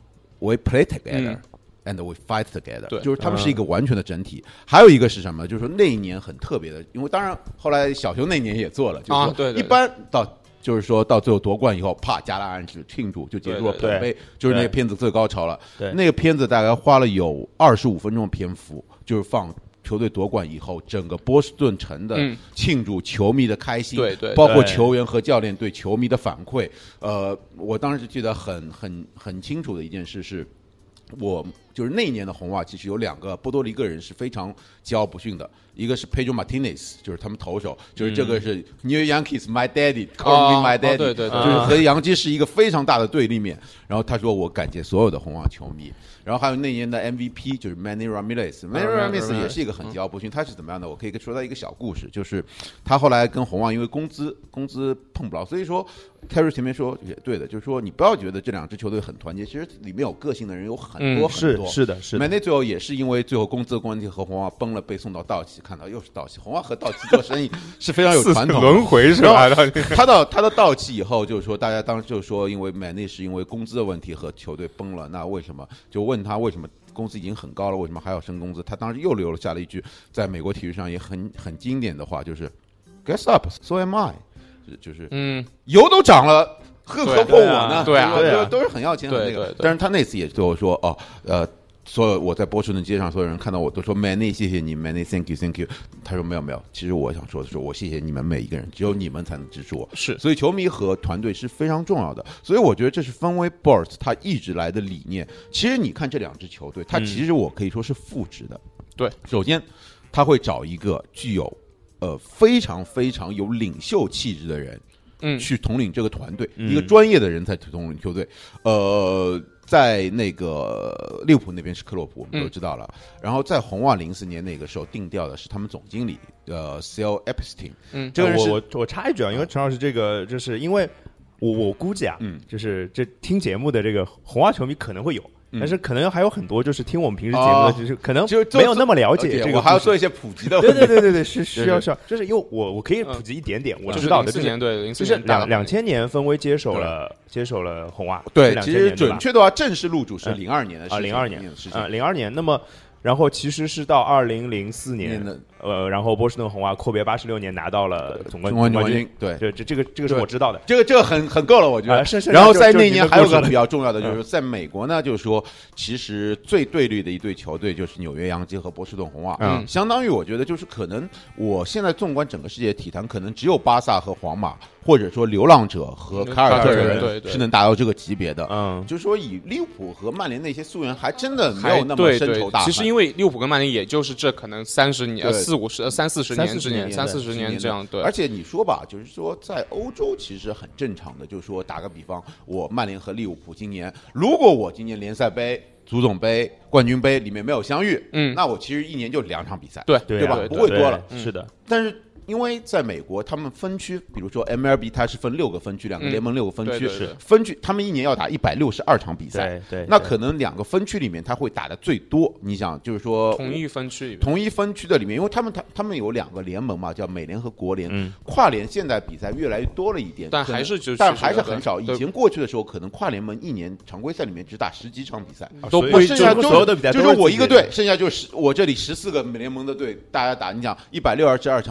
we play together,、嗯、and we fight together， 就是他们是一个完全的整体。嗯、还有一个是什么？就是说那一年很特别的，因为当然后来小熊那年也做了，就是说、啊、对对对一般到。就是说到最后夺冠以后，啪戛然而止庆祝，就结束了捧杯，就是那个片子最高潮了。那个片子大概花了有二十五分钟的篇幅，就是放球队夺冠以后整个波士顿城的庆祝、嗯、球迷的开心，对对，包括球员和教练对球迷的反馈。呃，我当时记得很很很清楚的一件事是。我就是那一年的红袜，其实有两个波多黎各人是非常桀骜不驯的，一个是 Pedro Martinez， 就是他们投手，就是这个是 New Yankees my daddy call me my daddy，、哦、对对对，就是和洋基是一个非常大的对立面。然后他说我感谢所有的红袜球迷。然后还有那年的 M V P 就是 Manny Ramirez，Manny Ramirez 也是一个很桀骜不驯。他是怎么样的？我可以说到一个小故事，就是他后来跟红袜因为工资工资碰不着，所以说 Terry 前面说也对的，就是说你不要觉得这两支球队很团结，其实里面有个性的人有很多很多。 嗯、是是的，是的。 Manny 最后也是因为最后工资的关系和红袜崩了，被送到道奇，看到又是道奇。红袜和道奇做生意是非常有传统的轮回是吧？ 他到他到道奇以后，就是说大家当时就说，因为 Manny 是因为工资的问题和球队崩了，那为什么？就问他为什么？工资已经很高了，为什么还要升工资？他当时又留了下了一句，在美国体育上也很很经典的话，就是 "Guess up, so am I"， 就是嗯，油都涨了，何何况我呢？ 对啊， 对啊，都是很要钱的那个。但是他那次也对我说，哦，呃。所有我在波士顿街上，所有人看到我都说 Manny 谢谢你 ，Manny thank you thank you。他说没有没有，其实我想说的是，我谢谢你们每一个人，只有你们才能支持我。 是， 所以球迷和团队是非常重要的。所以我觉得这是芬威 Boards 他一直来的理念。其实你看这两支球队，他其实我可以说是复制的。 嗯、对， 首先他会找一个具有呃非常非常有领袖气质的人，嗯，去统领这个团队，嗯、一个专业的人才统领球队，呃。在那个利物浦那边是克洛普，我们都知道了。嗯、然后在红袜零四年那个时候定调的是他们总经理呃 Sal Epstein。 嗯，这个人是我我我插一句啊，因为陈老师这个就是因为我我估计啊，嗯，就是这听节目的这个红袜球迷可能会有。但是可能还有很多就是听我们平时节目的，就是可能没有那么了解这个， 我还要做一些普及的。 对对对对对，是需要需要，就是因为我我可以普及一点点，我知道的。 零四年对， 就是两两千年分威接手了接手了红袜。 对，其实准确的话，正式入主是零二年的啊，零二年的事情啊，零二年。那么。然后其实是到二零零四年，呃，然后波士顿红袜阔别八十六年拿到了总冠军。 冠军， 对， 这这这个这个是我知道的， 这个这个很很够了，我觉得。 是是。 然后在那年还有个比较重要的，就是在美国呢，就是说，其实最对立的一队球队就是纽约洋基和波士顿红袜，嗯，相当于我觉得就是可能我现在纵观整个世界体坛，可能只有巴萨和皇马。或者说流浪者和凯尔特人是能达到这个级别的，嗯，就是说以利物浦和曼联那些溯源还真的没有那么深仇大恨。 其实因为利物浦跟曼联也就是这可能三十年、四五十、三四十年之年、三四十年这样。对， 而且你说吧，就是说在欧洲其实很正常的，就是说打个比方，我曼联和利物浦今年，如果我今年联赛杯、足总杯、冠军杯里面没有相遇，嗯，那我其实一年就两场比赛， 对对吧？不会多了， 是的， 但是。因为在美国，他们分区，比如说 M L B， 它是分六个分区，两个联盟六个分区， 是、嗯、 分区，他们一年要打一百六十二场比赛， 对 对, 对， 那可能两个分区里面，他会打的最多。你想，就是说同一分区， 同一分区的里面，因为他们他他们有两个联盟嘛，叫美联和国联，嗯、跨联现在比赛越来越多了一点， 但还是就但还是很少。以前过去的时候，可能跨联盟一年常规赛里面只打十几场比赛， 都不剩下所有的比赛就是我一个队，剩下就是我这里十四个美联盟的队，大家打，你讲一百六十二场，你除下来。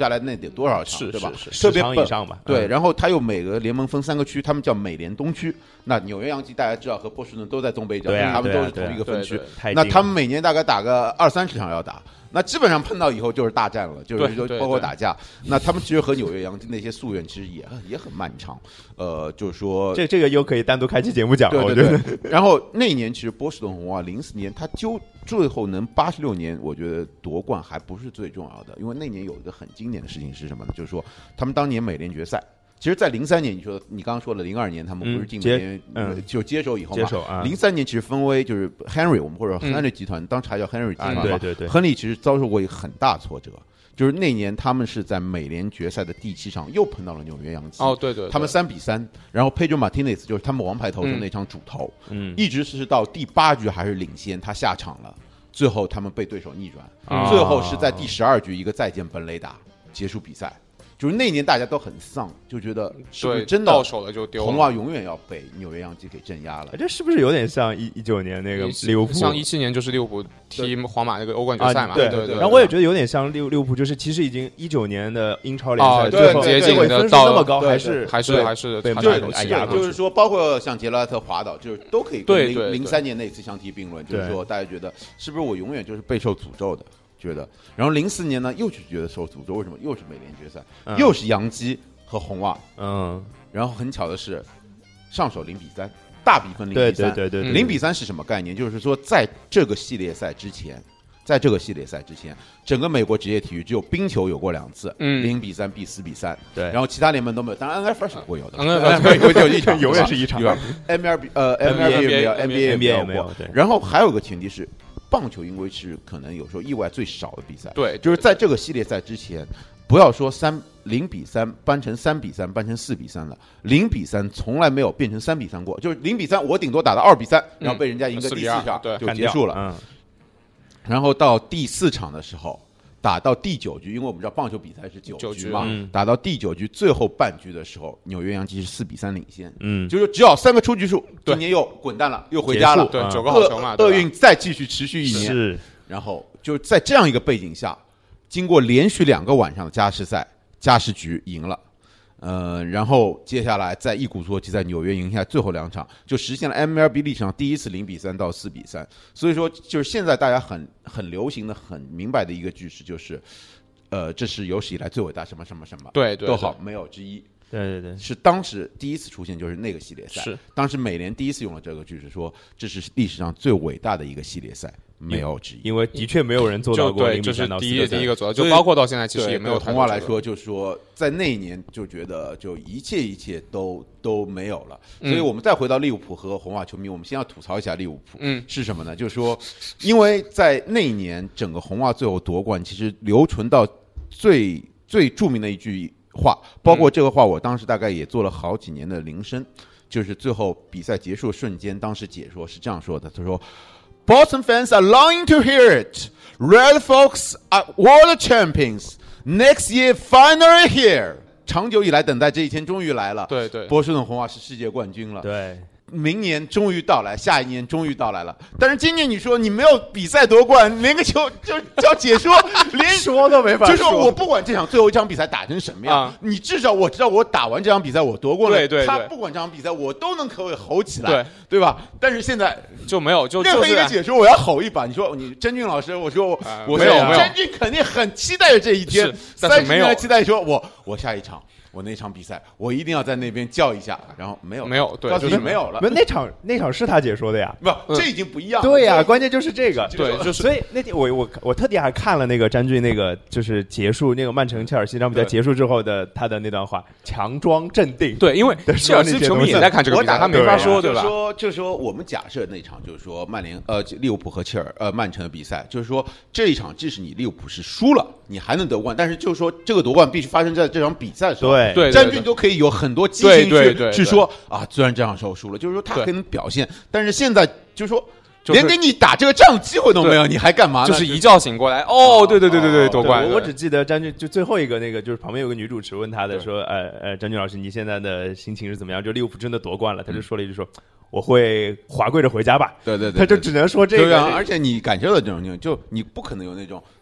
来那得多少场， 是对吧？ 是是，特别以上吧。 对，然后他又每个联盟分三个区，他们叫美联东区。那纽约洋基大家知道和波士顿都在东北角，他们都是同一个分区。那他们每年大概打个二三十场要打。那基本上碰到以后就是大战了，就是说包括打架。那他们其实和纽约洋基那些夙愿其实也也很漫长。呃，就是说这这个又可以单独开期节目讲了， 对对对。然后那一年其实波士顿红袜零四年他就最后能八十六年，我觉得夺冠还不是最重要的，因为那年有一个很经典的事情是什么呢？就是说他们当年美联决赛。其实，在零三年，你说你刚刚说了，零二年他们不是进美联、嗯嗯、就接手以后嘛？ 接手啊。 零三年其实分为就是 Henry 我们或者 Henry 集团，嗯、当时还叫 Henry 集团嘛、 啊。对对对。 亨利其实遭受过一个很大挫折，就是那年他们是在美联决赛的第七场又碰到了纽约洋基。 哦，对 对, 对。 他们三比三，然后 Pedro Martinez 就是他们王牌投手那场主投，嗯，一直是到第八局还是领先，他下场了，最后他们被对手逆转，嗯、最后是在第十二局一个再见本垒打结束比赛。就是那年大家都很丧，就觉得是不是真的到手了就丢了， 红袜永远要被纽约洋基给镇压了。 这是不是有点像一一九年那个利物浦？ 像一七年就是利物浦踢皇马那个欧冠决赛嘛？ 啊、对对对。 然后我也觉得有点像利利物浦，就是其实已经一九年的英超联赛最后接近的到那么高，还是还是还是被就是就是说，包括像杰拉特、华岛，就是都可以跟零零三年那次相提并论。就是说，大家觉得是不是我永远就是备受诅咒的？觉得，然后零四年呢，又去觉得受诅咒，为什么？又是美联决赛，嗯、又是洋基和红袜， 嗯， 然后很巧的是，上手零比三，大比分零比三， 对对对对， 零比三是什么概念？就是说，在这个系列赛之前，在这个系列赛之前，整个美国职业体育只有冰球有过两次，嗯，零比三比四比三， 对， 然后其他联盟都没有，当然 N F L 是不会有的 ，N F L 有一场永远是一场 ，M L B 呃 M L B 没有 ，N B A 也没有， 对，然后还有个前提是。棒球因为是可能有时候意外最少的比赛， 对， 就是在这个系列赛之前，不要说三零比三扳成三比三扳成四比三了，零比三从来没有变成三比三过，就是零比三我顶多打到二比三，然后被人家赢个第四场就结束了， 嗯， 然后到第四场的时候。打到第九局，因为我们知道棒球比赛是九局嘛， 嗯、 打到第九局最后半局的时候，纽约洋基是四比三领先， 嗯， 就是只要三个出局数，今年又滚蛋了，又回家了， 对，九个好球嘛， 厄运再继续持续一年， 是， 然后就在这样一个背景下，经过连续两个晚上的加时赛，加时局赢了。呃，然后接下来在一鼓作气在纽约赢下最后两场，就实现了 M L B 历史上第一次零比三到四比三。所以说，就是现在大家很很流行的、很明白的一个句式，就是，呃，这是有史以来最伟大什么什么什么， 对对， 都好，没有之一。 对对对， 是当时第一次出现，就是那个系列赛。 是当时美联第一次用了这个句式，说这是历史上最伟大的一个系列赛。没有之一， 因为的确没有人做到过零比三到四比三。 这是第一第一个做到，就包括到现在其实也没有。 红袜来说，就是说在那一年就觉得就一切一切都都没有了。所以我们再回到利物浦和红袜球迷，我们先要吐槽一下利物浦，嗯，是什么呢？就是说，因为在那一年整个红袜最后夺冠，其实留存到最最著名的一句话，包括这个话，我当时大概也做了好几年的铃声，就是最后比赛结束的瞬间，当时解说是这样说的，他说。Boston fans are longing to hear it. Red Sox are world champions. Next year, finally here. 长久以来等待这一天终于来了。 对对， 波士顿红袜是世界冠军了。 对， 明年终于到来，下一年终于到来了。但是今年你说你没有比赛夺冠，连个球就叫解说，连说都没法说。 就说我不管这场最后一场比赛打成什么样，啊、你至少我知道我打完这场比赛我夺冠了。 对对对， 他不管这场比赛我都能可以吼起来， 对对吧？但是现在就没有，就任何一个解说我要吼一把。你说你真俊老师，我说我、 啊、 我没有没有， 真俊肯定很期待着这一天， 但是没有期待说我我下一场。我那场比赛，我一定要在那边叫一下，然后没有， 没有，对， 就是没有了。 没有那场，那场是他解说的呀， 不，这已经不一样了。 对呀，关键就是这个， 对，就是所以那天我我我特地还看了那个詹俊那个就是结束那个曼城切尔西这场比赛结束之后的他的那段话，强装镇定。 对，因为切尔西球迷也在看这个比赛，他没法说，对吧？ 说就是说，我们假设那场就是说曼联呃利物浦和切尔呃曼城的比赛，就是说这一场即使你利物浦是输了，你还能夺冠，但是就是说这个夺冠必须发生在这场比赛的时候。 对对， 詹俊都可以有很多激情去去说啊，虽然这场球输了，就是说他可能表现，但是现在就是说。连给你打这个仗机会都没有，你还干嘛呢？ 就是一觉醒过来，哦，对对对对对，夺冠！ 我只记得詹俊就最后一个那个，就是旁边有个女主持问他的说，呃呃，詹俊老师，你现在的心情是怎么样？就利物浦真的夺冠了，他就说了一句说。我会滑跪着回家吧。 对对对， 他就只能说这个。 对啊，而且你感受到这种，就你不可能有那种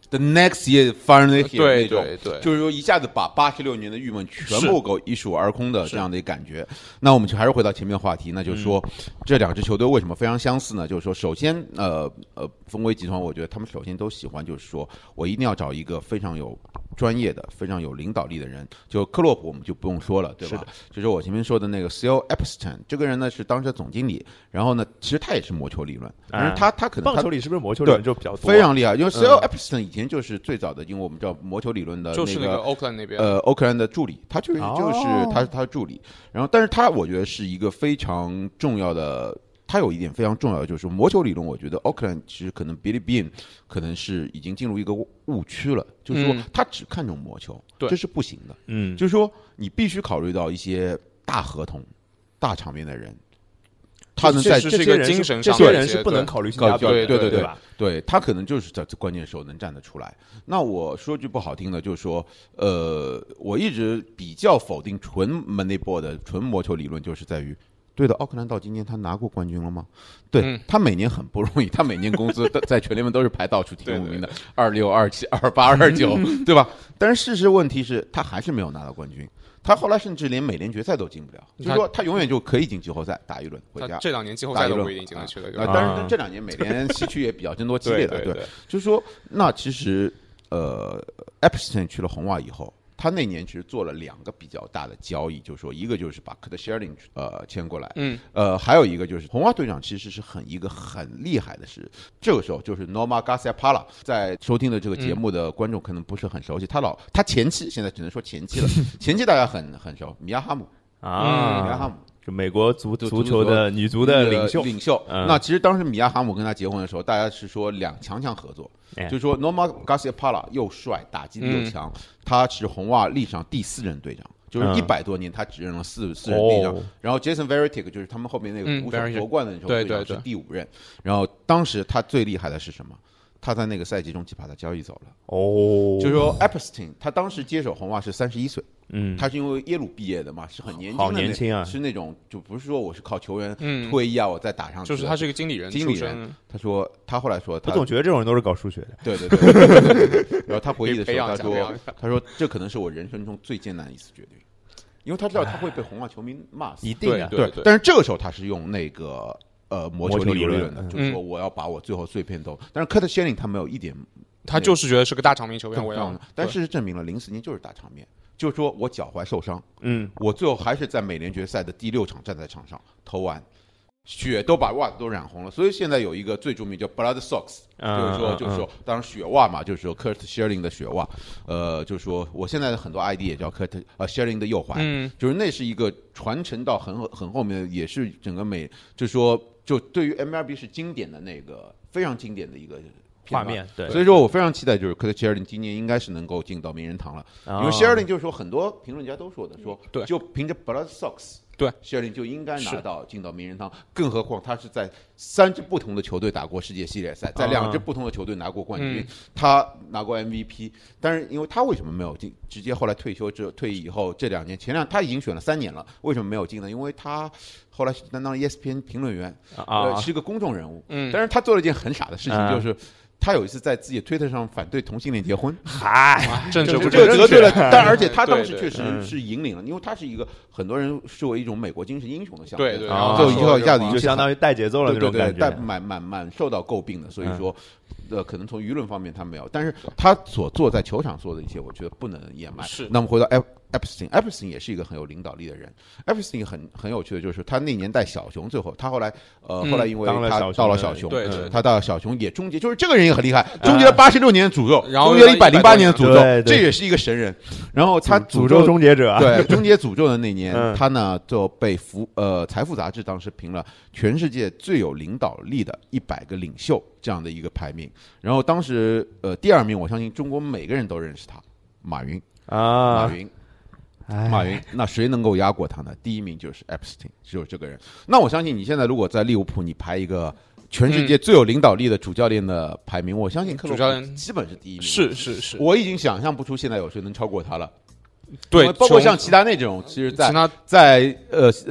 The next year finally here 对那种， 对对， 就是说一下子把八十六年的郁闷全部给一扫而空的这样的一感觉。那我们就还是回到前面的话题，那就是说、嗯、这两支球队为什么非常相似呢？就是说，首先，呃呃，丰威集团，我觉得他们首先都喜欢，就是说我一定要找一个非常有专业的、非常有领导力的人。就克洛普，我们就不用说了，对吧？就是我前面说的那个 Sir Epstein， 这个人呢是当时的总经理，然后呢，其实他也是魔球理论，但是他他可能棒球里是不是魔球理论就比较多， 非常厉害，因为 Sir Epstein 以前就是最早的，因为我们知道魔球理论的、那个、 就是那个 Oakland 那边， 呃 Oakland 的助理，他就是、哦、就是他是他的助理，然后但是他我觉得是一个非常重要的。他有一点非常重要的就是魔球理论，我觉得 Oakland 其实可能 Billy Beane 可能是已经进入一个误区了，就是说他只看重魔球， 嗯、 这是不行的。 嗯， 就是说你必须考虑到一些大合同、大场面的人，他能在这是一个精神上， 这些人是不能考虑性价比， 对对对对吧？ 对，他可能就是在关键时候能站得出来。那我说句不好听的，就是说，呃，我一直比较否定纯 Moneyball 的纯魔球理论，就是在于。对的，奥克兰到今年他拿过冠军了吗？对、嗯、他每年很不容易，他每年工资在全联盟都是排倒数前五名的，二六、二七、二八、二九，对吧？但是事实问题是他还是没有拿到冠军，他后来甚至连美联决赛都进不了，就是说他永远就可以进季后赛打一轮回家。 这两年季后赛都不一定进得去了， 啊、但是这两年美联西区也比较争夺激烈的， 对, 对, 对, 对，就是说，那其实呃 ，Epstein 去了红袜以后。他那年其实做了两个比较大的交易，就是说，一个就是把 Kurt Schilling 呃签过来， 嗯， 呃，还有一个就是红袜队长其实是很一个很厉害的是，这个时候就是 Nomar Garciaparra， 在收听的这个节目的观众可能不是很熟悉，他老他前妻现在只能说前妻了，前妻大家很很熟，米亚哈姆啊， 米亚哈姆。 美国足足球的女足的领袖， 领袖。嗯、那其实当时米亚哈姆跟他结婚的时候，大家是说两强强合作，哎、就是说 Nomar Garciaparra 又帅，打击力又强，嗯、他是红袜历史上第四任队长，就是一百多年他只任了四四任队长。哦、然后 Jason Varitek 就是他们后面那个鼓手夺冠的时候队长是第五任。然后当时他最厉害的是什么？他在那个赛季中就把他交易走了。 哦， 就是说 Epstein 他当时接手红袜是三十一岁。 嗯， 他是因为耶鲁毕业的嘛，是很年轻的， 好年轻啊， 是那种就不是说我是靠球员退役啊，嗯、我再打上去， 就是他是一个经理人， 经理人。他说他后来说他， 我总觉得这种人都是搞数学的。 对对对对对对对。然后他回忆的时候，他说他说这可能是我人生中最艰难的一次决定，因为他知道他会被红袜球迷骂死， 一定的。 对，但是这个时候他是用那个呃魔球理论的，就是说我要把我最后碎片都，但是 Kurt Schilling 他没有一点， 他就是觉得是个大场面球员，我要。 但事实证明了，零四年就是大场面。就是说我脚踝受伤， 嗯， 我最后还是在美联决赛的第六场站在场上投完，血都把袜子都染红了，所以现在有一个最著名叫 Blood Socks，、嗯、就是说就是说，当然雪袜嘛，就是说 Kurt Schilling 的雪袜，呃，就是说我现在的很多 I D 也叫 Kurt 呃 Schilling 的右踝， 嗯， 就是那是一个传承到很很后面，也是整个美，就是说就对于 M L B 是经典的那个非常经典的一个。 画面对， 所以说我非常期待，就是科特希尔林今年应该是能够进到名人堂了， 哦、 因为希尔林就是说很多评论家都说的，说对， 就凭着 Blood Sox， 对， 希尔林就应该拿到进到名人堂，更何况他是在三支不同的球队打过世界系列赛，在两支不同的球队拿过冠军，嗯、他拿过 M V P， 但是因为他为什么没有进？直接后来退休之退役以后这两年，前两他已经选了三年了，为什么没有进呢？因为他后来担当 E S P N 评论员， 啊、 呃，是个公众人物， 嗯， 但是他做了一件很傻的事情，就是。他有一次在自己推特上反对同性恋结婚， 嗨， 政治不正确，得罪了。但而且他当时确实是引领了，因为他是一个很多人视为一种美国精神英雄的象征， 对对， 然后一下一下子就相当于带节奏了那种感觉， 但蛮蛮蛮受到诟病的。所以说，呃，可能从舆论方面他没有，但是他所做在球场做的一切，我觉得不能掩埋。 是。 那么回到 Epstein，Epstein 也是一个很有领导力的人。Epstein 很很有趣的就是他那年带小熊，最后他后来呃后来因为他到了小熊， 对对， 他到了小熊也终结，就是这个人也很厉害，终结了八十六年的诅咒， 然后终结了一百零八年的诅咒，这也是一个神人。然后他诅咒终结者， 对，终结诅咒的那年，他呢就被福呃财富杂志当时评了全世界最有领导力的一百个领袖这样的一个排名。然后当时呃第二名，我相信中国每个人都认识他，马云啊， 马云。马云，那谁能够压过他呢？第一名就是 Epstein， 只有这个人。那我相信你现在如果在利物浦，你排一个全世界最有领导力的主教练的排名，嗯、我相信克洛普基本是第一名。 是是是， 我已经想象不出现在有谁能超过他了。 对， 包括像齐达内这种，其实在在呃呃。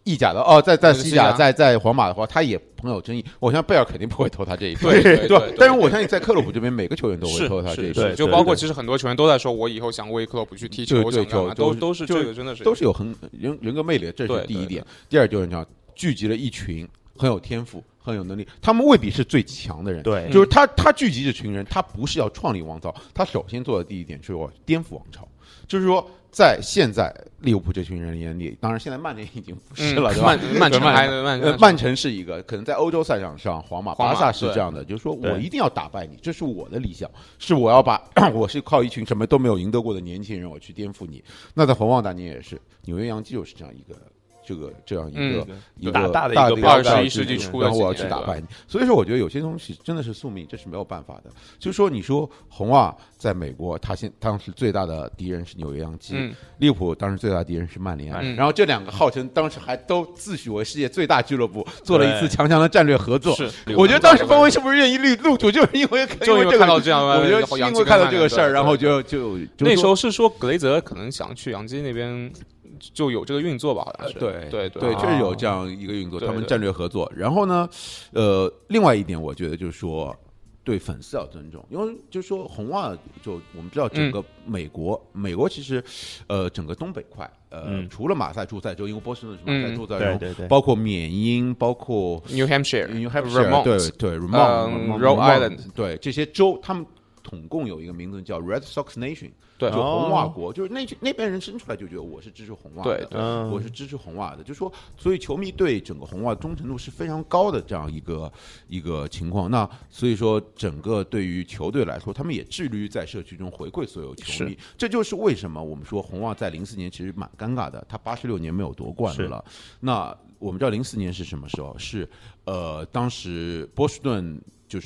意甲的哦，在在西甲，在在皇马的话，他也很有争议。我相信贝尔肯定不会投他这一票， 对对对。 但是我相信在克洛普这边，每个球员都会投他这一票， 就包括其实很多球员都在说，我以后想为克洛普去踢球，想干嘛，都都是这个真的是都是有很人人格魅力，这是第一点。第二就是讲聚集了一群很有天赋、很有能力，他们未必是最强的人， 对， 就是他他聚集这群人，他不是要创立王朝，他首先做的第一点是我颠覆王朝，就是说。在现在利物浦这群人眼里，当然现在曼联已经不是了， 嗯、 对吧？ 曼城还曼曼城是一个，可能在欧洲赛场上，皇马、巴萨是这样的，就是说我一定要打败你，这是我的理想，是我要把我是靠一群什么都没有赢得过的年轻人，我去颠覆你。那在红袜大年也是，纽约洋基就是这样一个。这个这样一个、嗯、一个大大的一个二十一世纪初的， 然后我要去打败你。所以说，我觉得有些东西真的是宿命，这是没有办法的。就是说，你说红袜在美国，他现当时最大的敌人是纽约洋基，嗯、利物浦当时最大的敌人是曼联，嗯、然后这两个号称当时还都自诩为世界最大俱乐部，做了一次强强的战略合作。我觉得当时方威是不是愿意入入主，就是因为就因为看到这样， 我觉得因为看到这个事儿，然后就就那时候是说格雷泽可能想去洋基那边。就有这个运作吧，好像是。 对对对，确实有这样一个运作，他们战略合作。然后呢，呃，另外一点，我觉得就是说，对粉丝要尊重，因为就是说红袜，就我们知道整个美国，美国其实，呃，整个东北块，呃，除了马赛诸塞州，因为波士顿是马赛诸塞州， 对对， 包括缅因，包括 New Hampshire、New Hampshire， 对对 ，Rhode Island， 对这些州，他们统共有一个名字叫 Red Sox Nation。 对， 就红袜国，就是那那边人生出来就觉得我是支持红袜的， 对， 我是支持红袜的，就说，所以球迷对整个红袜忠诚度是非常高的这样一个一个情况。那所以说，整个对于球队来说，他们也致力于在社区中回馈所有球迷。这就是为什么我们说红袜在零四年其实蛮尴尬的，他八十六年没有夺冠了。那我们知道零四年是什么时候？是呃，当时波士顿就是。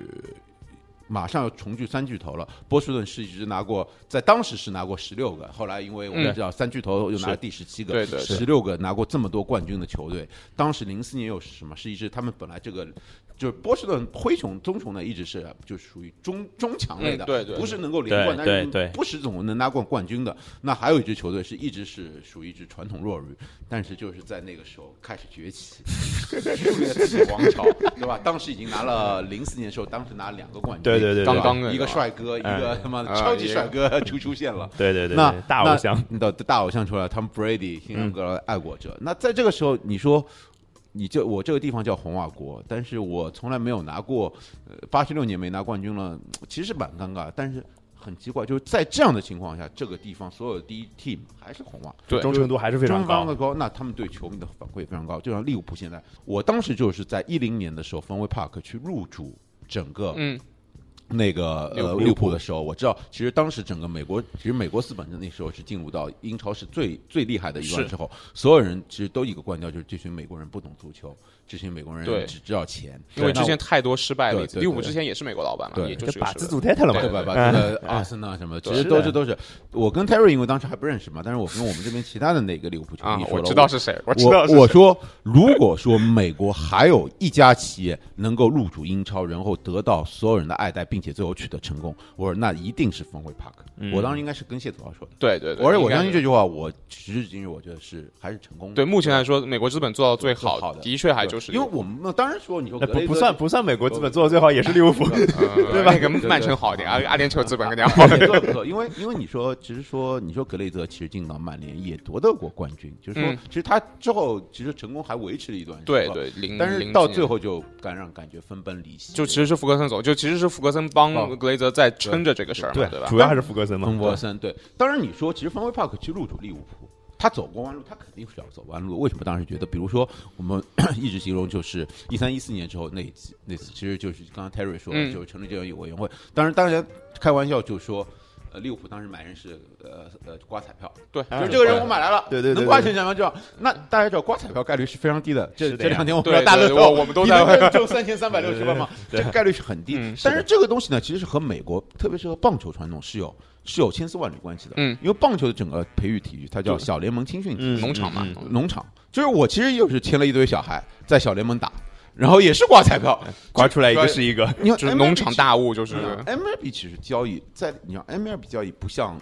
马上要重聚三巨头了，波士顿是一直拿过，在当时是拿过十六个，后来因为我们知道三巨头又拿了第十七个，十六个拿过这么多冠军的球队。当时零四年又是什么？是一支他们本来这个就是波士顿灰熊、棕熊呢，一直是就属于中中强类的， 嗯、对对， 不是能够连冠，但是不是总能拿过冠军的。那还有一支球队是一直是属于一支传统弱旅，但是就是在那个时候开始崛起，树立了自己的王朝，对吧？当时已经拿了零四年的时候，当时拿了两个冠军。 对对对， 刚刚一个帅哥，一个他妈的超级帅哥出出现了。 对对对， 那大偶像， 的大偶像出来 ，Tom Brady， 新英格兰爱国者。那在这个时候，你说，你就我这个地方叫红袜国，但是我从来没有拿过，呃，八十六年没拿冠军了，其实蛮尴尬。但是很奇怪，就是在这样的情况下，这个地方所有的第一 team 还是红袜， 对，忠诚度还是非常高的高。那他们对球迷的反馈也非常高，就像利物浦现在，我当时就是在一零年的时候，芬威 Park 去入主整个，嗯。那个呃利物浦的时候，我知道，其实当时整个美国，其实美国资本那时候是进入到英超是最最厉害的一段之后，所有人其实都一个观调，就是这群美国人不懂足球，这群美国人只知道钱， 因为之前太多失败例子。利物浦之前也是美国老板嘛，也就是把自主太太了嘛， 对吧？把这个阿森纳什么，其实都是都是。我跟 Terry 因为当时还不认识嘛，但是我跟我们这边其他的那个利物浦球迷说了， 我知道是谁，我知道我说，如果说美国还有一家企业能够入主英超，然后得到所有人的爱戴，并且最后取得成功。我说那一定是峰会 Park，嗯、我当时应该是跟谢子豪说的。 对对对， 而且我相信这句话，我时至今日我觉得是还是成功的。 对，目前来说，美国资本做到最好的，的确还就是， 因为我们当然说你说不不算不算美国资本做到最好，也是利物浦，对吧？ 那个曼城好一点，阿阿联酋资本更加好。 做不错，因为因为你说，其实说你说格雷泽其实进到曼联也夺得过冠军，就是说，其实他之后其实成功还维持了一段时间， 对对，零但是到最后就感让感觉分崩离析。 就其实是福格森走，就其实是福格森帮格雷泽在撑着这个事儿， 对对吧？ 主要还是福格森嘛， 福格森对。当然你说，其实芬威 Park 去入主利物浦，他走过弯路，他肯定是要走弯路。为什么当时觉得？比如说，我们一直形容就是一三一四年之后那一次，那次其实就是刚刚 Terry 说的，嗯、就是成立这样一个委员会。当然，当然开玩笑就说。呃，利物浦当时买人是呃呃刮彩票， 对， 就是这个人我买来了， 对对对， 能刮钱什么就那大家知道刮彩票概率是非常低的，这这两天我们大乐透，我们都在就三千三百六十万嘛，这个概率是很低。但是这个东西呢，其实是和美国，特别是和棒球传统是有是有千丝万缕关系的，嗯，因为棒球的整个培育体育，它叫小联盟青训农场嘛， 农场，就是我其实又是牵了一堆小孩在小联盟打。然后也是刮彩票， 刮出来一个是一个， 就是农场大物，就是 M L B 其实交易在你像 M L B 交易不像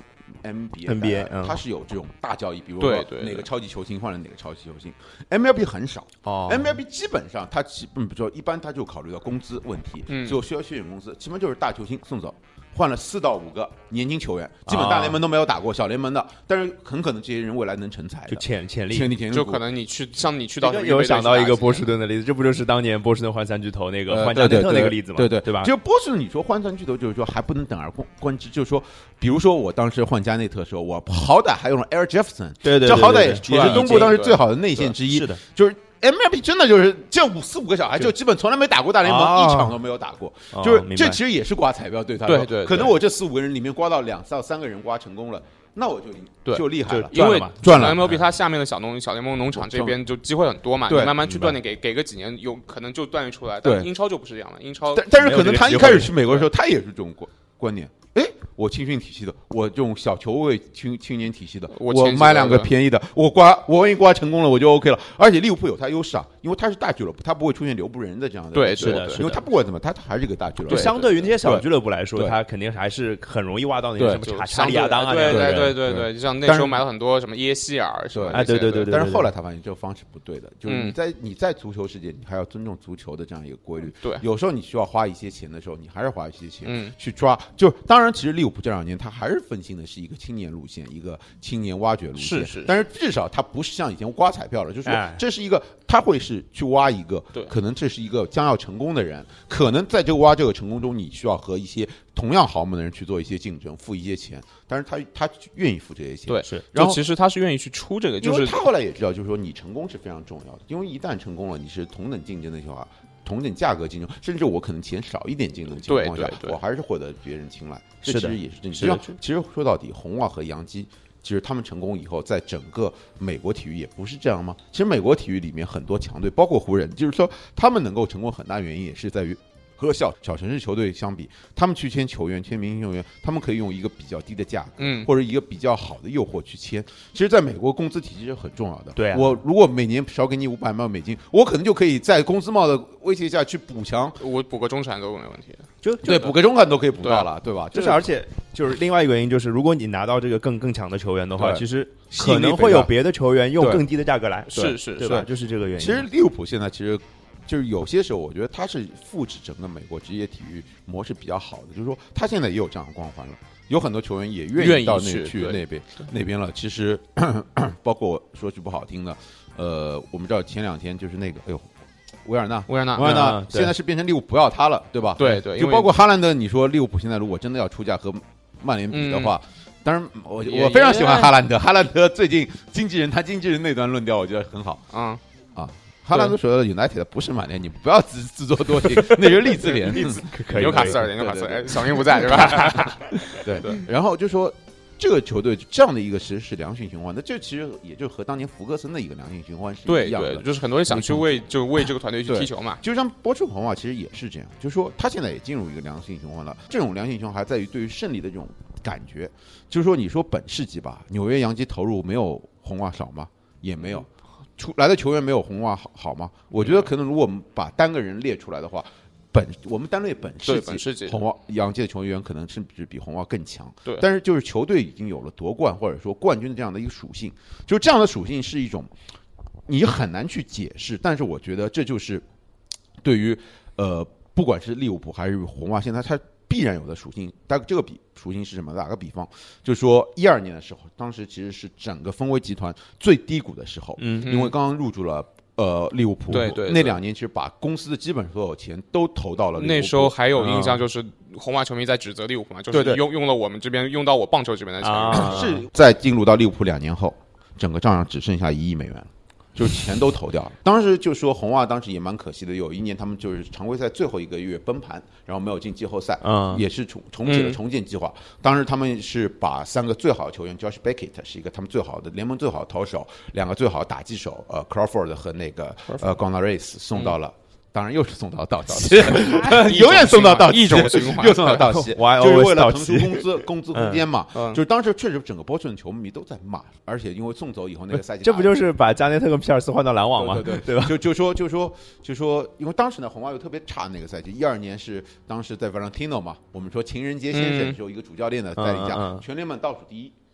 N B A，N B A， 它是有这种大交易，比如说哪个超级球星换了哪个超级球星 ，M L B 很少。 哦 ，M L B 基本上它嗯，不说一般，它就考虑到工资问题，嗯，就需要选公司，基本就是大球星送走。换了四到五个年轻球员，基本大联盟都没有打过，小联盟的，但是很可能这些人未来能成才， 就潜潜力， 潜力潜力， 就可能你去像你去到有想到一个波士顿的例子，这不就是当年波士顿换三巨头那个换加内特那个例子吗？ 对对对吧？ 就波士顿，你说换三巨头，就是说还不能等而观之，就是说，比如说我当时换加内特的时候，我好歹还用了 Eric Jefferson， 对对， 这好歹也是东部当时最好的内线之一， 是的， 就是。M L B 真的就是这五四五个小孩，就基本从来没打过大联盟，一场都没有打过。就是这其实也是刮彩票对他， 对对， 可能我这四五个人里面刮到两到三个人刮成功了，那我就就厉害了， 因为赚了。 M L B 它下面的小农小联盟农场这边就机会很多嘛，你慢慢去锻炼，给给个几年，有可能就锻炼出来。但英超就不是这样了，英超但但是可能他一开始去美国的时候，他也是这种观观念。哎，我青训体系的，我这种小球位青青年体系的，我买两个便宜的，我刮我万一刮成功了，我就 OK 了。而且利物浦有它优势啊，因为它是大俱乐部，它不会出现留不人的这样的。 对，是的， 因为它不管怎么，它还是一个大俱乐部。 相对于那些小俱乐部来说，它肯定还是很容易挖到那些什么查查理亚当啊， 对对对对对，就像那时候买了很多什么耶希尔，是吧？ 哎，对对对对。 但是后来他发现这个方式不对的，就是你在你在足球世界，你还要尊重足球的这样一个规律。 对， 有时候你需要花一些钱的时候，你还是花一些钱去抓。就当然，其实利物浦这两年他还是分心的是一个青年路线，一个青年挖掘路线。 是是。 但是至少他不是像以前刮彩票了，就是说这是一个他会是去挖一个，可能这是一个将要成功的人，可能在这个挖这个成功中，你需要和一些同样豪门的人去做一些竞争，付一些钱。但是他他愿意付这些钱， 对， 是。 然后其实他是愿意去出这个，就是他后来也知道，就是说你成功是非常重要的，因为一旦成功了，你是同等竞争的话。同等价格竞争，甚至我可能钱少一点竞争的情况下， 对对对我还是获得别人青睐。这其实也是正常。其实说到底，红袜和洋基，其实他们成功以后，在整个美国体育也不是这样吗？其实美国体育里面很多强队，包括湖人，就是说他们能够成功很大原因也是在于。和小小城市球队相比，他们去签球员、签明星球员，他们可以用一个比较低的价格， 嗯， 或者一个比较好的诱惑去签。其实，在美国工资体系是很重要的。 对、啊， 我如果每年少给你五百万美金，我可能就可以在工资帽的威胁下去补强， 我补个中产都没问题。 就对，补个中产都可以补到了，对吧？ 就是而且就是另外一个原因，就是如果你拿到这个更更强的球员的话，其实可能会有别的球员用更低的价格来， 是是对吧？就是这个原因。 其实利物浦现在其实。就是有些时候，我觉得他是复制整个美国职业体育模式比较好的，就是说他现在也有这样的光环了，有很多球员也愿意到那去那边那边了。其实咳咳包括说句不好听的，呃，我们知道前两天就是那个，哎呦，维尔纳， 维尔纳， 维尔纳现在是变成利物浦不要他了，对吧？ 对对， 就包括哈兰德，你说利物浦现在如果真的要出价和曼联比的话。嗯当然我，我我非常喜欢哈兰德。哈兰德最近经纪人他经纪人那段论调，我觉得很好。 嗯啊，哈兰德说的 United 不是曼联，你不要自自作多情，那是利兹联， 纽卡斯尔，纽卡斯尔，小明不在是吧？ 对对。然后就说这个球队这样的一个实是良性循环，那这其实也就和当年福格森的一个良性循环是一样的。 对对，就是很多人想去为就为这个团队去踢球嘛。 就像波士顿红袜其实也是这样，就是说他现在也进入一个良性循环了。这种良性循环还在于对于胜利的这种。感觉就是说，你说本世纪吧，纽约洋基投入没有红袜少吗？也没有，出来的球员没有红袜好好吗？我觉得可能如果我们把单个人列出来的话，本我们单列本世纪， 本世纪红袜洋基的球员可能甚至比红袜更强。 对， 但是就是球队已经有了夺冠或者说冠军的这样的一个属性，就这样的属性是一种你很难去解释，但是我觉得这就是对于呃，不管是利物浦还是红袜，现在它。必然有的属性，但这个比属性是什么？打个比方，就是说一二年的时候，当时其实是整个丰威集团最低谷的时候， 嗯， 因为刚刚入驻了呃利物浦， 对 对, 对， 那两年其实把公司的基本所有钱都投到了利物浦。 那时候还有印象，就是红袜球迷在指责利物浦嘛，就是用用了我们这边用到我棒球这边的钱， 啊、 是在进入到利物浦两年后，整个账上只剩下一亿美元了。就是钱都投掉了。当时就说红袜当时也蛮可惜的，有一年他们就是常规赛最后一个月崩盘，然后没有进季后赛， 嗯， 也是重重启了重建计划。嗯、当时他们是把三个最好的球员 ，Josh Beckett 是一个他们最好的联盟最好的投手，两个最好的打击手，呃 ，Crawford 和那个呃 Gonzalez 送到了。嗯当然又是送到到期，永远送到到期， 一种循环， 又送到到期，就是为了腾出工资工资空间嘛。 嗯、 就是当时确实整个波士顿球迷都在骂，而且因为送走以后那个赛季， 这不就是把加内特跟皮尔斯换到篮网吗？ 对对对, 对吧？ 就就说就说就说，因为当时呢红袜又特别差那个赛季，一二年是当时在 Valentino 嘛，我们说情人节先生就一个主教练的带领下， 嗯嗯嗯、 全联盟倒数第一。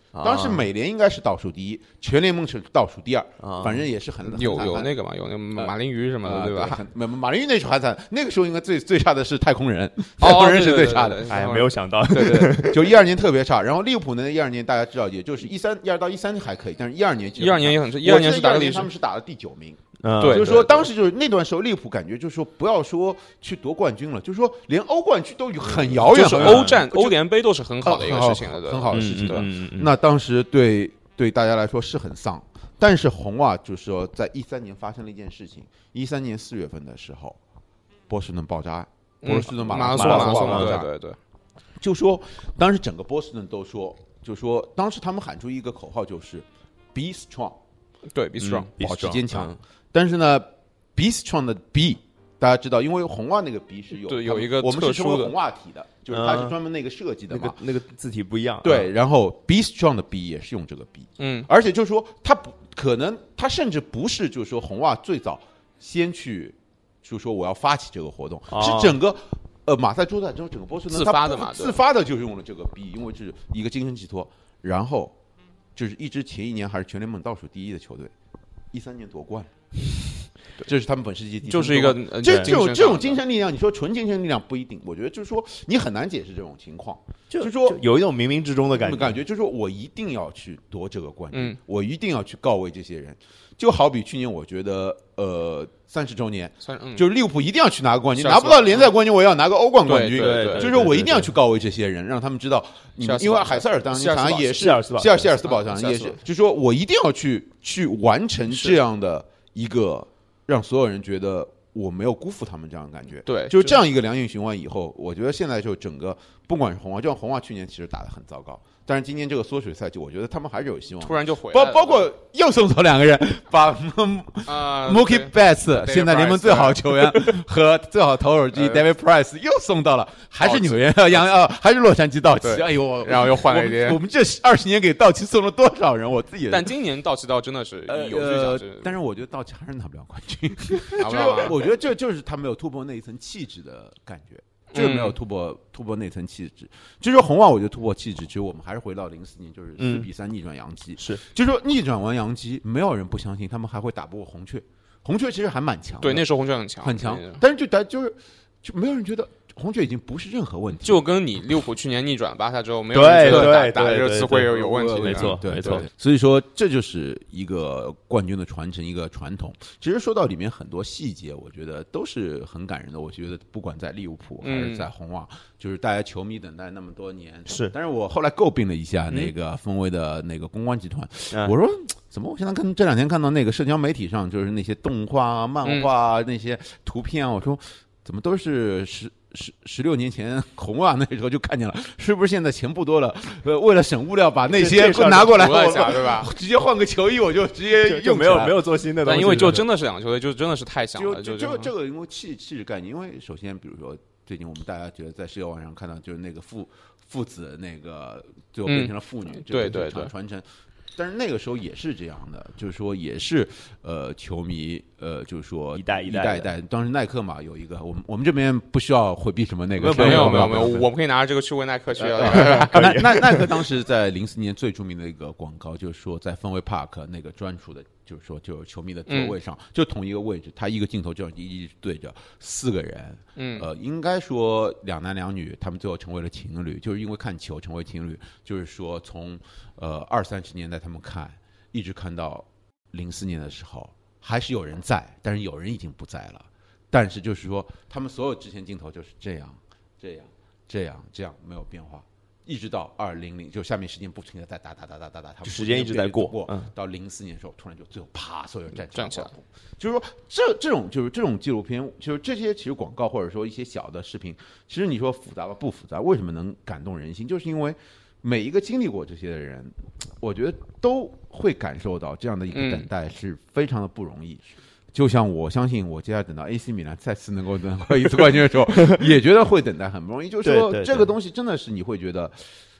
当时美联应该是倒数第一，全联盟是倒数第二，反正也是很有有那个嘛，有那个马林鱼什么的，对吧？ 马马林鱼那时候还惨，那个时候应该最最差的是太空人，太空人是最差的。 哎呀，没有想到， 对对，就一二年特别差。然后利物浦呢，一二年大家知道，也就是一三一二到一三还可以，但是一二年一二年也很差，一二年是打的他们是打了第九名。 嗯，对， 就是说当时就是那段时候，利物浦感觉就是说不要说去夺冠军了，就是说连欧冠区都很遥远， 就是欧战、欧联杯都是很好的一个事情了， 很好的事情。对，那当时对对大家来说是很丧，但是红袜就是说在一三年发生了一件事情，一三年四月份的时候，波士顿爆炸案，波士顿马拉松爆炸， 对对对， 就说当时整个波士顿都说，就说当时他们喊出一个口号，就是 Be strong， 对 ，Be strong， 保持坚强。但是呢 ，Be strong 的 B， 大家知道，因为红袜那个 B 是有对有一个我们是称为红袜体的，就是它是专门那个设计的嘛， 那个字体不一样。 对，然后 Be strong 的 B 也是用这个 B， 嗯，而且就是说它不可能，它甚至不是就是说红袜最早先去，就是说我要发起这个活动，是整个呃马赛诸塞州整个波士顿自发的嘛， 自发的就用了这个 B， 因为是一个精神寄托，然后就是一支前一年还是全联盟倒数第一的球队，一三年夺冠。这是他们本世纪第一， 就是一个这这种这种精神力量，你说纯精神力量不一定，我觉得就是说你很难解释这种情况，就是说有一种冥冥之中的感觉， 感觉就是说我一定要去夺这个冠军，我一定要去告慰这些人，就好比去年我觉得呃三十周年，就是利物浦一定要去拿个冠军，拿不到联赛冠军，我也要拿个欧冠冠军，就是说我一定要去告慰这些人，让他们知道，你们因为海塞尔当年好像也是希尔希尔希尔斯堡上也是，就是说我一定要去去完成这样的一个。让所有人觉得我没有辜负他们这样的感觉， 对， 就是这样一个良性循环以后，我觉得现在就整个不管是红袜，就像红袜去年其实打得很糟糕，但是今年这个缩水赛季，我觉得他们还是有希望， 突然就回来包包括又送走两个人，把呃 Mookie Betts 现在联盟最好的球员和最好投手之一 David Price 又送到了，还是纽约洋呃还是洛杉矶道奇，哎呦， 然后又换了一点， 我们这二十年给道奇送了多少人？我自己， 但今年道奇倒真的是有志向， 但是我觉得道奇还是拿不了冠军，就是我觉得这就是他没有突破那一层气质的感觉。就是没有突破、嗯、突破那层气质，就是红袜，我觉得突破气质，其实我们还是回到零四年，就是四比三逆转洋基， 嗯、是， 就是说逆转完洋基，没有人不相信他们还会打不过红雀，红雀其实还蛮强的， 对，那时候红雀很强， 很强，但是就就是就没有人觉得红雀已经不是任何问题， 就跟你利物浦去年逆转巴萨之后，没有人觉得打打热刺会有有问题， 没错， 没错。所以说这就是一个冠军的传承，一个传统。其实说到里面很多细节，我觉得都是很感人的。我觉得不管在利物浦还是在红袜，嗯、就是大家球迷等待那么多年， 是。 但是我后来诟病了一下那个风威的那个公关集团，嗯、我说怎么我现在看这两天看到那个社交媒体上，就是那些动画啊、漫画啊、嗯、那些图片啊，我说怎么都是十。十十六年前红袜那时候就看见了，是不是现在钱不多了？呃，为了省物料，把那些拿过来， 对吧？ 直接换个球衣，我就直接用，没有没有做新的东西。 但因为就真的是两个球队，就真的是太像了。 就就这个因为气气质概念，因为首先比如说最近我们大家觉得在社交网上看到，就是那个父父子那个最后变成了父女， 对对对， 传承。但是那个时候也是这样的，就是说也是呃球迷呃就是说一代一代一代，当时耐克嘛有一个，我们我们这边不需要回避什么那个， 没有没有没有，我们可以拿着这个去问耐克去。 耐耐耐克当时在零四年最著名的一个广告，就是说在氛围 Park 那个专属的，就是说就是球迷的座位上，就同一个位置，他一个镜头就一直对着四个人，嗯呃应该说两男两女，他们最后成为了情侣，就是因为看球成为情侣，就是说从呃二三十年代他们看，一直看到零四年的时候，还是有人在，但是有人已经不在了。但是就是说，他们所有之前镜头就是这样、这样、这样、这样，没有变化，一直到二零零，就下面时间不停的在打打打打打打，他们时间一直在过。 过嗯、到零四年的时候，突然就最后啪，所有人站起来。就是说，这这种就是这种纪录片，就是这些其实广告或者说一些小的视频，其实你说复杂吧，不复杂，为什么能感动人心？就是因为每一个经历过这些的人，我觉得都会感受到这样的一个等待是非常的不容易。嗯、就像我相信，我接下来等到 A C 米兰再次能够拿到一次冠军的时候，也觉得会等待很不容易。就是说，这个东西真的是你会觉得，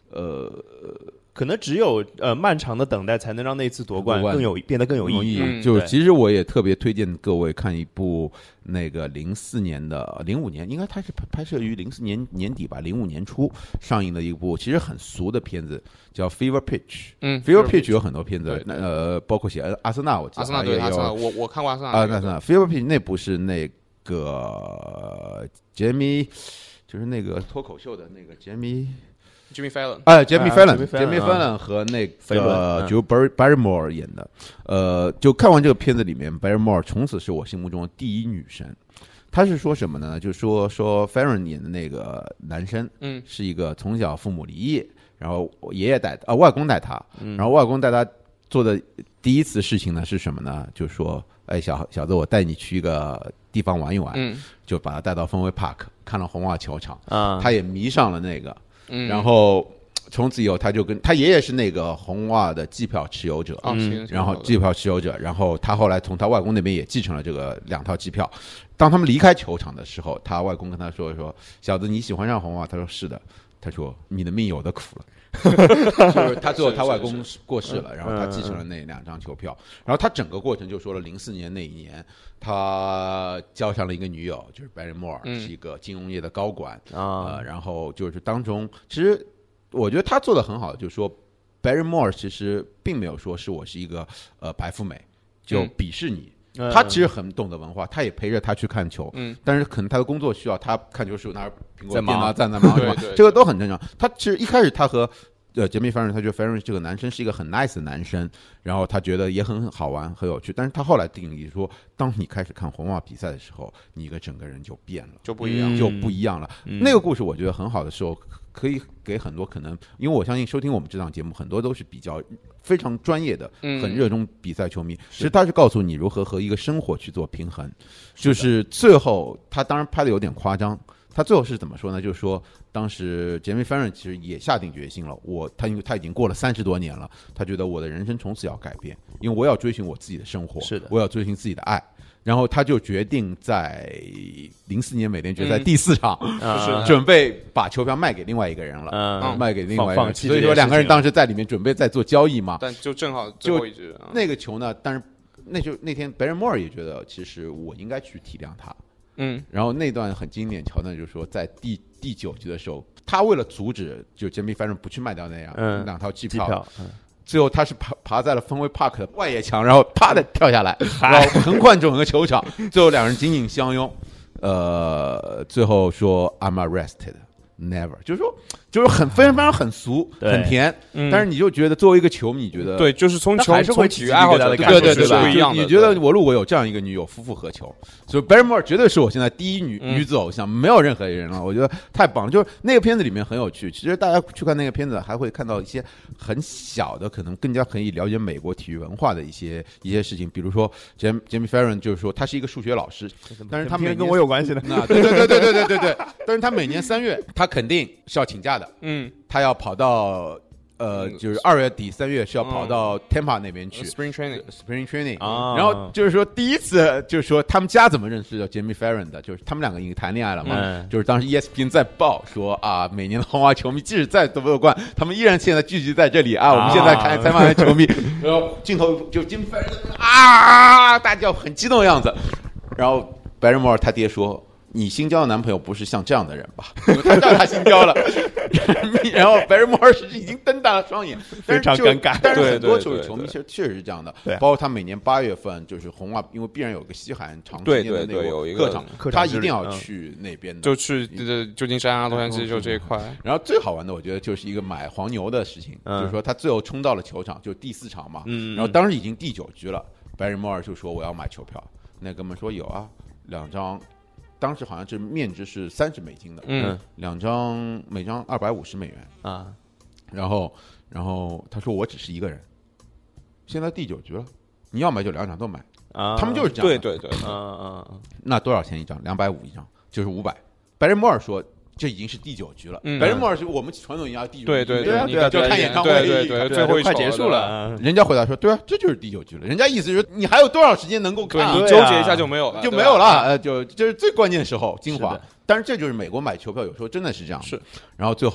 呃。 可能只有呃漫长的等待才能让那次夺冠更有变得更有意义。 嗯、就是其实我也特别推荐各位看一部那个零四年的零五年，应该它是拍摄于零四年年底吧，零五年初上映的一部其实很俗的片子，叫 Fever Pitch。 嗯 ，Fever Pitch 有很多片子，呃，包括写阿森纳，我记得阿森纳对阿森纳，我我看过阿森纳。 啊，阿森纳 Fever Pitch 那部是那个杰米，就是那个脱口秀的那个杰米。 Jimmy Fallon， 哎 ，Jimmy Fallon，Jimmy Fallon 和那个 Drew Barrymore 演的，呃，就看完这个片子里面 ，Barrymore 从此是我心目中的第一女神。他是说什么呢？就说说 Fallon 演的那个男生，嗯，是一个从小父母离异，然后爷爷带啊外公带他，然后外公带他做的第一次事情呢是什么呢？就是说，哎，小小子，我带你去一个地方玩一玩，嗯，就把他带到氛围 Park 看了红袜球场，啊，他也迷上了那个。然后从此以后，他就跟他爷爷是那个红袜的季票持有者， 嗯， 然后季票持有者，然后他后来从他外公那边也继承了这个两套季票。当他们离开球场的时候，他外公跟他说：“说小子，你喜欢上红袜？”他说：“是的。”他说：“你的命有的苦了。”就是他最后他外公过世了，然后他继承了那两张球票，然后他整个过程就说了，零四年那一年，他交上了一个女友，就是 Barrymore，嗯，是一个金融业的高管啊，呃，然后就是当中，其实我觉得他做的很好，就是说 Barrymore 其实并没有说是我是一个呃白富美就鄙视你。嗯，他其实很懂得文化，他也陪着他去看球，嗯，但是可能他的工作需要，他看球时候拿苹果电脑站在忙，对对，这个都很正常。他其实一开始他和呃杰米·范伦，他觉得 Fallon 这个男生是一个很 nice 的男生，然后他觉得也很好玩、很有趣。但是他后来定义说，当你开始看红袜比赛的时候，你一个整个人就变了， 就不一样， 就不一样了。嗯、那个故事我觉得很好的时候，可以给很多可能，因为我相信收听我们这档节目很多都是比较非常专业的、很热衷比赛球迷。嗯、其实他是告诉你如何和一个生活去做平衡。就是最后他当然拍的有点夸张。他最后是怎么说呢？就是说，当时杰米·范伦其实也下定决心了，我他因为他已经过了三十多年了，他觉得我的人生从此要改变，因为我要追寻我自己的生活， 是的， 我要追寻自己的爱。然后他就决定在零四年美联决赛第四场，嗯、准备把球票卖给另外一个人了，嗯、卖给另外一个人。所以说两个人当时在里面准备在做交易嘛。 但就正好最后一局， 就那个球呢，但是那就那天 Barrymore 也觉得，其实我应该去体谅他。嗯，然后那段很经典桥段就是说，在第第九局的时候，他为了阻止就杰米·范伦不去卖掉那样、嗯、两套季票，票嗯、最后他是爬爬在了氛围 Park 的外野墙，然后啪的跳下来，然后横贯整个球场，最后两人紧紧相拥，呃，最后说 I'm arrested。Never， 就是说，就是很非常非常很俗，很甜，嗯、但是你就觉得作为一个球迷，觉得对，就是从球从体育爱好者的感觉是不一样的。 你觉得我如果有这样一个女友，夫复何求？所以 Barrymore 绝对是我现在第一女、嗯、女子偶像，没有任何人了。我觉得太棒了。就是那个片子里面很有趣，其实大家去看那个片子，还会看到一些很小的，可能更加可以了解美国体育文化的一些一些事情。比如说杰杰米·范伦就是说他是一个数学老师，但是他每年跟我有关系的。 那对对对对对对对对，但是他每年三月他肯定是要请假的，嗯，他要跑到呃，就是二月底三月是要跑到 Tampa 那边去、 嗯、Spring Training，Spring Training 啊。然后就是说第一次就是说他们家怎么认识的 Jimmy Fallon 的，就是他们两个已经谈恋爱了嘛，嗯、就是当时 E S P N 在报说啊，每年的红袜球迷即使再夺不冠，他们依然现在聚集在这里啊。我们现在看采访的球迷，然后镜头就 Jimmy Fallon 啊大叫很激动的样子，然后 Barrymore 他爹说。你新交的男朋友不是像这样的人吧？他知道他新交了，然后 Barrymore 是已经瞪大了双眼， 非常尴尬。 但是很多球球迷确确实是这样的，包括他每年八月份就是红袜，因为必然有个西海岸长时间的那个客场，他一定要去那边的， 就去旧金山啊、洛杉矶就这一块。 然后最好玩的，我觉得就是一个买黄牛的事情，就是说他最后冲到了球场，就第四场嘛，然后当时已经第九局了 ，Barrymore 就说我要买球票，那哥们说有啊，两张。当时好像是面值是三十美金的，嗯，两张每张二百五十美元啊，然后然后他说我只是一个人，现在第九局了，你要买就两场都买啊，他们就是这样， 对对对，嗯嗯嗯，那多少钱一张？两百五一张，就是五百。Barrymore 说。这已经是第九局了。嗯 Barrymore 是我们传统银行第九局， 对对对对，就看演唱会， 对对对，最后快结束了。 人家回答说：“对啊，这就是第九局了。”人家意思是你还有多少时间能够看？ 你纠结一下就没有了， 就没有了。呃，就这是最关键时候，精华。但是这就是美国买球票有时候真的是这样。 是。 然后最后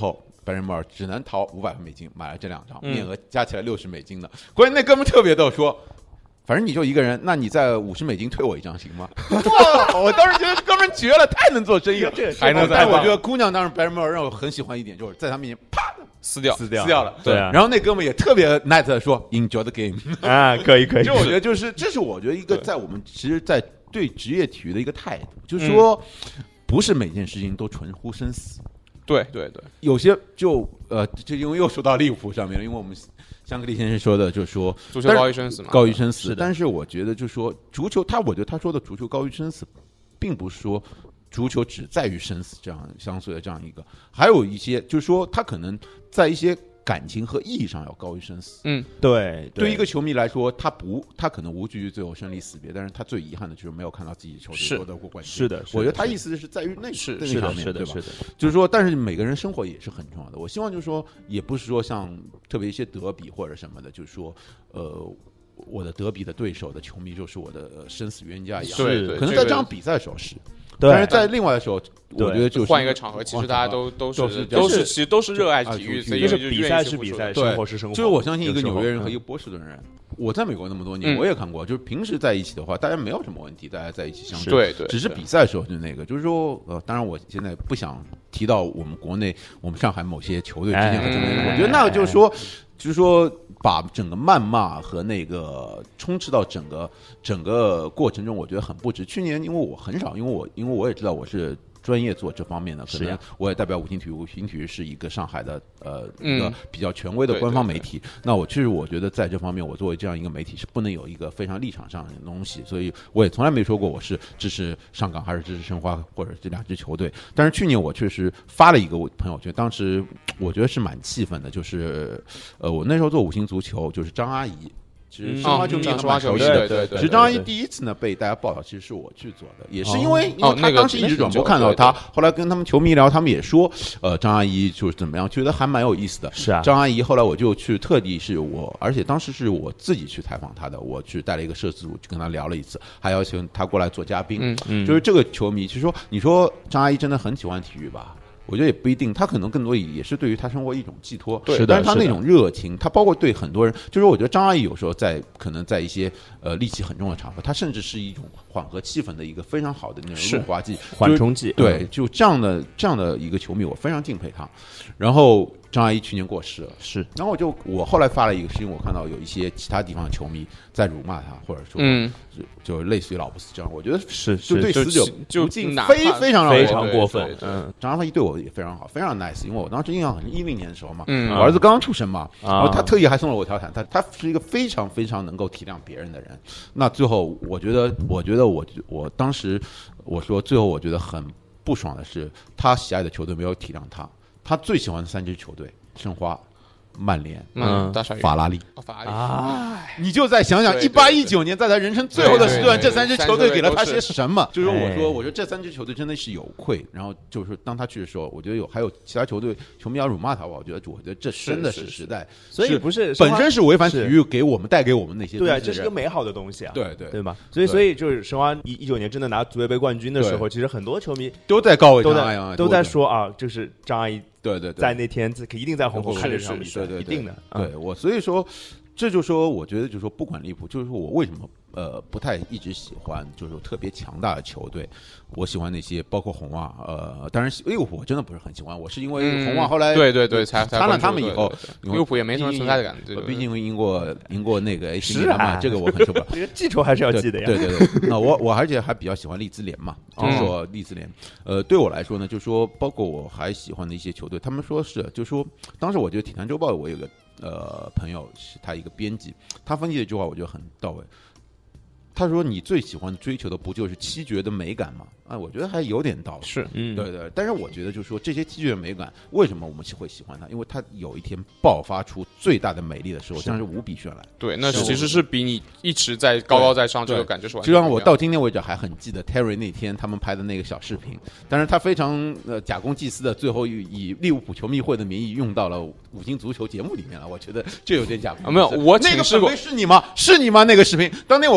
白人莫尔只能掏五百万美金买了这两张，面额加起来六十美金的。关键那哥们特别逗，说反正你就一个人，那你再五十美金退我一张行吗？哇！我当时觉得哥们绝了，太能做生意了， 还能再。 但我觉得姑娘当时白人莫尔让我很喜欢一点，就是在他面前啪撕掉撕掉撕掉了。 对啊。 然后那哥们也特别 nice 的说 enjoy the game 啊，可以可以。 就我觉得就是这是我觉得一个在我们其实，在对职业体育的一个态度，就是说不是每件事情都纯乎生死。 对对对， 有些就呃，就因为又说到利物浦上面了，因为我们香格里先生说的，就是说足球高于生死嘛， 高于生死。但是我觉得，就是说足球，他我觉得他说的足球高于生死，并不是说足球只在于生死这样相对的这样一个，还有一些就是说他可能在一些感情和意义上要高于生死。 嗯，对， 对于一个球迷来说，他不，他可能无惧于最后生离死别，但是他最遗憾的就是没有看到自己球队夺得过冠军。 是的， 我觉得他意思是在于那是那上面， 对吧？ 就是说，但是每个人生活也是很重要的。我希望就是说，也不是说像特别一些德比或者什么的，就是说，呃。我的德比的对手的球迷就是我的生死冤家一样， 对对， 可能在这场比赛的时候是，但是在另外的时候，我觉得就是换一个场合，其实大家都都是都是其实都是热爱体育，所以就是比赛是比赛，生活是生活。 就是我相信一个纽约人和一个波士顿人，我在美国那么多年，我也看过，就是平时在一起的话，大家没有什么问题，大家在一起相处， 对对， 只是比赛的时候就那个，就是说，呃，当然我现在不想提到我们国内我们上海某些球队之间的这个，我觉得那个就是说，就是说。把整个谩骂和那个充斥到整个整个过程中，我觉得很不值。去年因为我很少，因为我因为我也知道我是专业做这方面的，可能我也代表五星体育，五星体育是一个上海的呃一个比较权威的官方媒体。那我其实我觉得在这方面，我作为这样一个媒体是不能有一个非常立场上的东西，所以我也从来没说过我是支持上港还是支持申花或者这两支球队。但是去年我确实发了一个朋友圈，当时我觉得是蛮气愤的，就是呃我那时候做五星足球，就是张阿姨。其实申花球迷也蛮熟悉的， 对对。 其实张阿姨第一次呢被大家报道，其实是我去做的，也是因为因为他当时一直转播看到他，后来跟他们球迷聊，他们也说，呃，张阿姨就是怎么样，觉得还蛮有意思的。 是啊， 张阿姨后来我就去特地是我，而且当时是我自己去采访她的，我去带了一个摄制组去跟她聊了一次，还邀请她过来做嘉宾。嗯嗯，就是这个球迷，其实说你说张阿姨真的很喜欢体育吧？我觉得也不一定，他可能更多也是对于他生活一种寄托， 是的。 但是他那种热情，他包括对很多人，就是我觉得张阿姨有时候在可能在一些呃戾气很重的场合，他甚至是一种缓和气氛的一个非常好的那种润滑剂、 缓冲剂。 对，就这样的这样的一个球迷，我非常敬佩他。然后张阿姨去年过世了， 是。 然后我就我后来发了一个视频，我看到有一些其他地方的球迷在辱骂他，或者说嗯，就类似于老不死这样，我觉得是就对死者就非非常非常过分。 嗯，张阿姨对我也非常好，非常 nice， 因为我当时印象很一零年的时候嘛，嗯，我儿子刚刚出生嘛，然后他特意还送了我一条毯，他他是一个非常非常能够体谅别人的人。那最后我觉得，我觉得我我当时我说最后我觉得很不爽的是，他喜爱的球队没有体谅他。他最喜欢的三支球队：申花、曼联、 嗯， 法拉利。 法拉利啊！你就再想想，一八一九年在他人生最后的时段，这三支球队给了他些什么？就是我说，我说这三支球队真的是有愧。然后就是当他去的时候，我觉得有还有其他球队球迷要辱骂他，我觉得我觉得这真的是时代， 所以不是本身是违反体育给我们带给我们那些对啊，这是个美好的东西啊， 对对对吧？所以所以就是申花一一九年真的拿足协杯冠军的时候，其实很多球迷都在告慰张阿姨，都在说啊，就是张阿姨。 对对对， 在那天一定在红红看这场比赛，一定的。 对我，所以说，这就说，我觉得就是说，不管利物浦，就是说我为什么呃不太一直喜欢，就是说特别强大的球队，我喜欢那些包括红袜，呃，当然利物浦我真的不是很喜欢，我是因为红袜后来对对对，才参了他们以后， 利物浦也没什么存在感， 毕竟赢过赢过那个 A C 米兰嘛，这个我很受不了。 这个记仇还是要记的呀。 对对对，那我我而且还比较喜欢利兹联嘛，就是说利兹联，呃，对我来说呢，就是说包括我还喜欢的一些球队，他们说是，就是说当时我觉得《体坛周报》我有个呃朋友是他一个编辑，他分析的一句话我觉得很到位。他说：“你最喜欢追求的不就是七绝的美感吗？”啊，我觉得还有点道理。 是， 嗯，对对。但是我觉得就是说，这些七绝的美感，为什么我们会喜欢它？因为它有一天爆发出最大的美丽的时候，将是无比绚烂。 对，那其实是比你一直在高高在上这个感觉是完全。 就让我到今天为止还很记得 Terry 那天他们拍的那个小视频，但是他非常呃假公济私的，最后以利物浦球迷会的名义用到了五星足球节目里面了。我觉得这有点假公济私。 啊，没有，我请示过， 是你吗？是你吗？那个视频，当天我看到我看。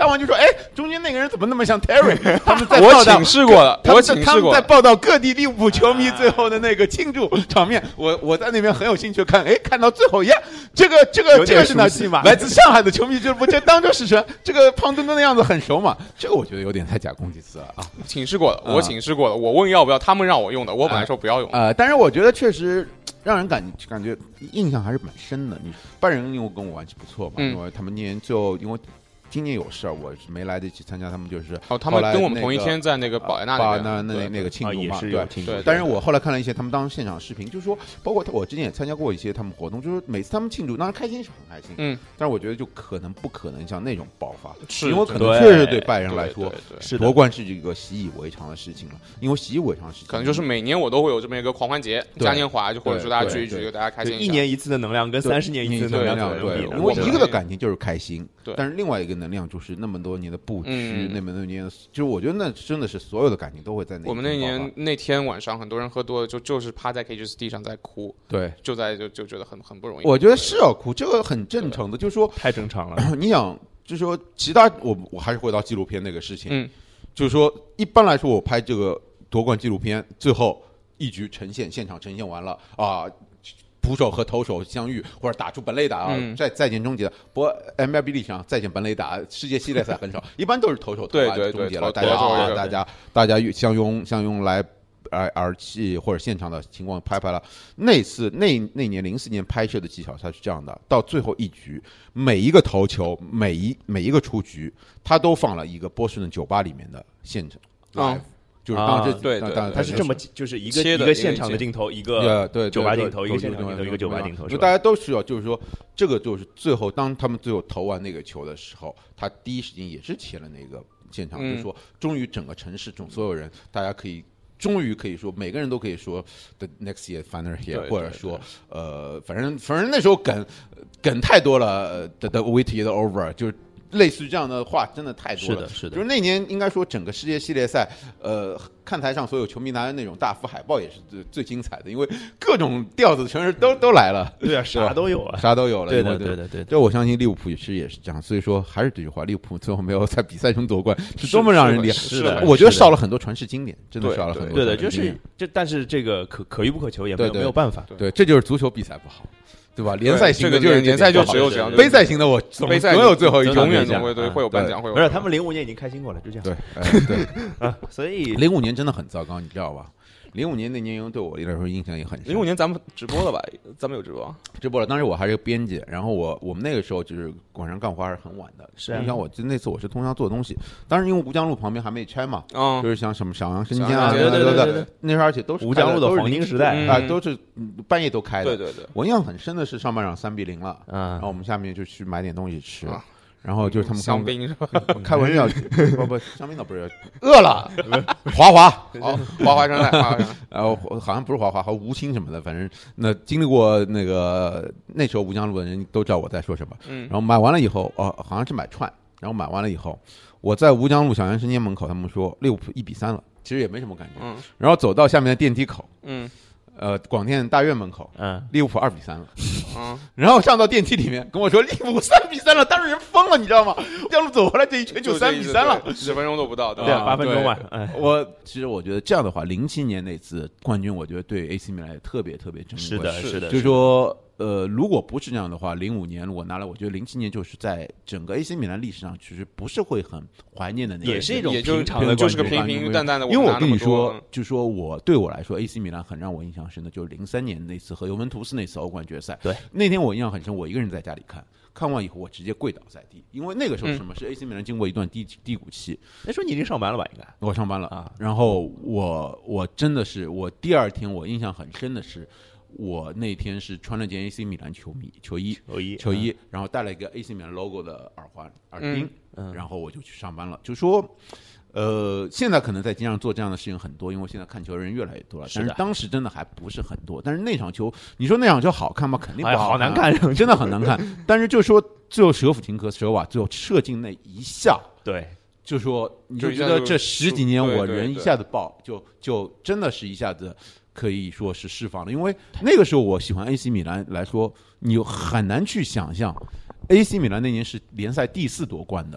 看完就说，哎，中间那个人怎么那么像 Terry？ 他们在我请示过了，我请示过了， 他们在报道各地利物浦球迷最后的那个庆祝场面，我我在那边很有兴趣看，哎，看到最后，呀，这个这个这个是哪？来自上海的球迷俱乐部，这当中是谁？这个胖墩墩的样子很熟嘛？这个我觉得有点太假公济私了啊！ 请示过了，我请示过了，我问要不要，他们让我用的，我本来说不要用。 呃，但是我觉得确实让人感感觉印象还是蛮深的。你拜仁因为跟我关系不错嘛，嗯、因为他们年最后因为。今年有事儿，我是没来得及参加。他们就是哦，他们跟我们同一天在那个保亚那那那那个庆祝嘛， 对对。但是我后来看了一些他们当时现场视频，就是说，包括我之前也参加过一些他们活动，就是每次他们庆祝，当然开心是很开心，嗯。但是我觉得就可能不可能像那种爆发， 是因为可能确实对拜仁来说， 是夺冠是一个习以为常的事情了。因为习以为常的事情， 可能就是每年我都会有这么一个狂欢节、嘉年华，就或者说大家聚一聚，大家开心一年一次的能量跟三十年一次的能量， 对，因为一个的感情就是开心，但是另外一个能量就是那么多年的布局，嗯、那么多年，就是我觉得那真的是所有的感情都会在那。 我们那年那天晚上，很多人喝多了，就就是趴在 K G S 地上在哭， 对， 就在就就觉得很很不容易。 我觉得是要哭，这个很正常的，就是说太正常了。 你想，就是说其他我我还是回到纪录片那个事情，嗯，就是说一般来说我拍这个夺冠纪录片，最后一局呈现，现场呈现完了啊。捕手和投手相遇，或者打出本垒打啊， 嗯、 再再见终结。不过 M L B 历史上再见本垒打，世界系列赛很少，一般都是投手投完终结了，大家啊，大家大家相拥相拥来而而泣，或者现场的情况拍拍了。那次那那年零四年拍摄的技巧，它是这样的：到最后一局，每一个投球，每一每一个出局，他都放了一个波士顿酒吧里面的现场 live。嗯就是当时、 啊、对对， 它是这么就是一个一个现场的镜头，一个酒吧镜头，一个现场镜头，一个酒吧镜头， 就大家都需要，就是说这个就是最后当他们最后投完那个球的时候，他第一时间也是切了那个现场，嗯、就是说终于整个城市中所有人，大家可以终于可以说每个人都可以说 the next year final here， 或者说呃，反正反正那时候梗梗太多了 ，the the wait is over， 就是。类似于这样的话真的太多了， 是的，是的。 就是那年应该说整个世界系列赛，呃，看台上所有球迷拿的那种大幅海报也是最最精彩的，因为各种调子全是都都来了。 对啊，啥都有啊， 啥都有了。 对的，对的，对的。 这我相信利物浦也是也是这样，所以说还是这句话，利物浦最后没有在比赛中夺冠，是多么让人厉害。 是的， 我觉得少了很多传世经典，真的少了很多。 对的，就是这，但是这个可可遇不可求，也没有没有办法。 对，这就是足球比赛不好。对吧？联赛型的就是联赛就只有这样， 杯赛型的我杯赛总有最后一永远总会对会有颁奖，会有。 不是他们零五年已经开心过了，就这样。 对对啊，所以零五年真的很糟糕，你知道吧？零五年那年因为对我来说印象也很深。 零五年咱们直播了吧？咱们有直播， 直播了。当时我还是个编辑，然后我我们那个时候就是晚上干活还是很晚的。 是、啊， 你想我那次我是通宵做东西，当时因为吴江路旁边还没拆嘛， 嗯， 就是像什么小杨生煎啊， 对对对对对， 那时候而且都是吴江路的黄金时代啊、嗯，都是半夜都开的。 对对对， 我印象很深的是上半场三比零了，嗯，然后我们下面就去买点东西吃。啊然后就是他们香槟是吧？ 开玩笑，不不，香槟倒不是，饿了，华华， 哦，华华生态，华华生， 然后好像不是华华，好像吴清什么的，反正那经历过那个那时候吴江路的人都知道我在说什么。嗯，然后买完了以后，哦，好像是买串，然后买完了以后，我在吴江路小杨生煎门口，他们说利物浦一比三了，其实也没什么感觉。嗯，然后走到下面的电梯口，嗯。呃，广电大院门口，嗯，利物浦二比三了，嗯，然后上到电梯里面跟我说利物浦三比三了，当时人疯了，你知道吗？这样走回来这一圈就三比三了， 十分钟都不到，对吧？八分钟吧。 我其实我觉得这样的话，零七年那次冠军，我觉得对 A C 米兰也特别特别珍贵。 是的，是的， 就是说。呃，如果不是这样的话，零五年我拿了，我觉得零七年就是在整个 A C 米兰历史上，其实不是会很怀念的那个， 也是一种平常的， 就是个平平淡淡的。 因为我跟你说，就说我对我来说 ，A C 米兰很让我印象深的，就是零三年那次和尤文图斯那次欧冠决赛。 对， 那天我印象很深，我一个人在家里看，看完以后我直接跪倒在地，因为那个时候什么是 A C 米兰经过一段低低谷期。 那时候你已经上班了吧？应该我上班了啊。然后我我真的是，我第二天我印象很深的是。我那天是穿了件 A C 米兰球迷球衣， 球衣， 球衣，嗯、然后戴了一个 A C 米兰 logo 的耳环、耳钉、嗯嗯，然后我就去上班了。就说，呃，现在可能在街上做这样的事情很多，因为现在看球人越来越多了。 是但是当时真的还不是很多。但是那场球，你说那场球好看吗？肯定不好看，哎、好难看，真的很难看。但是就说最后舍甫琴科舍瓦最后射进那一下， 对。 就说你就觉得这十几年我人一下子爆，就就真的是一下子可以说是释放了。因为那个时候我喜欢 A C 米兰来说，你很难去想象 A C 米兰那年是联赛第四夺冠的，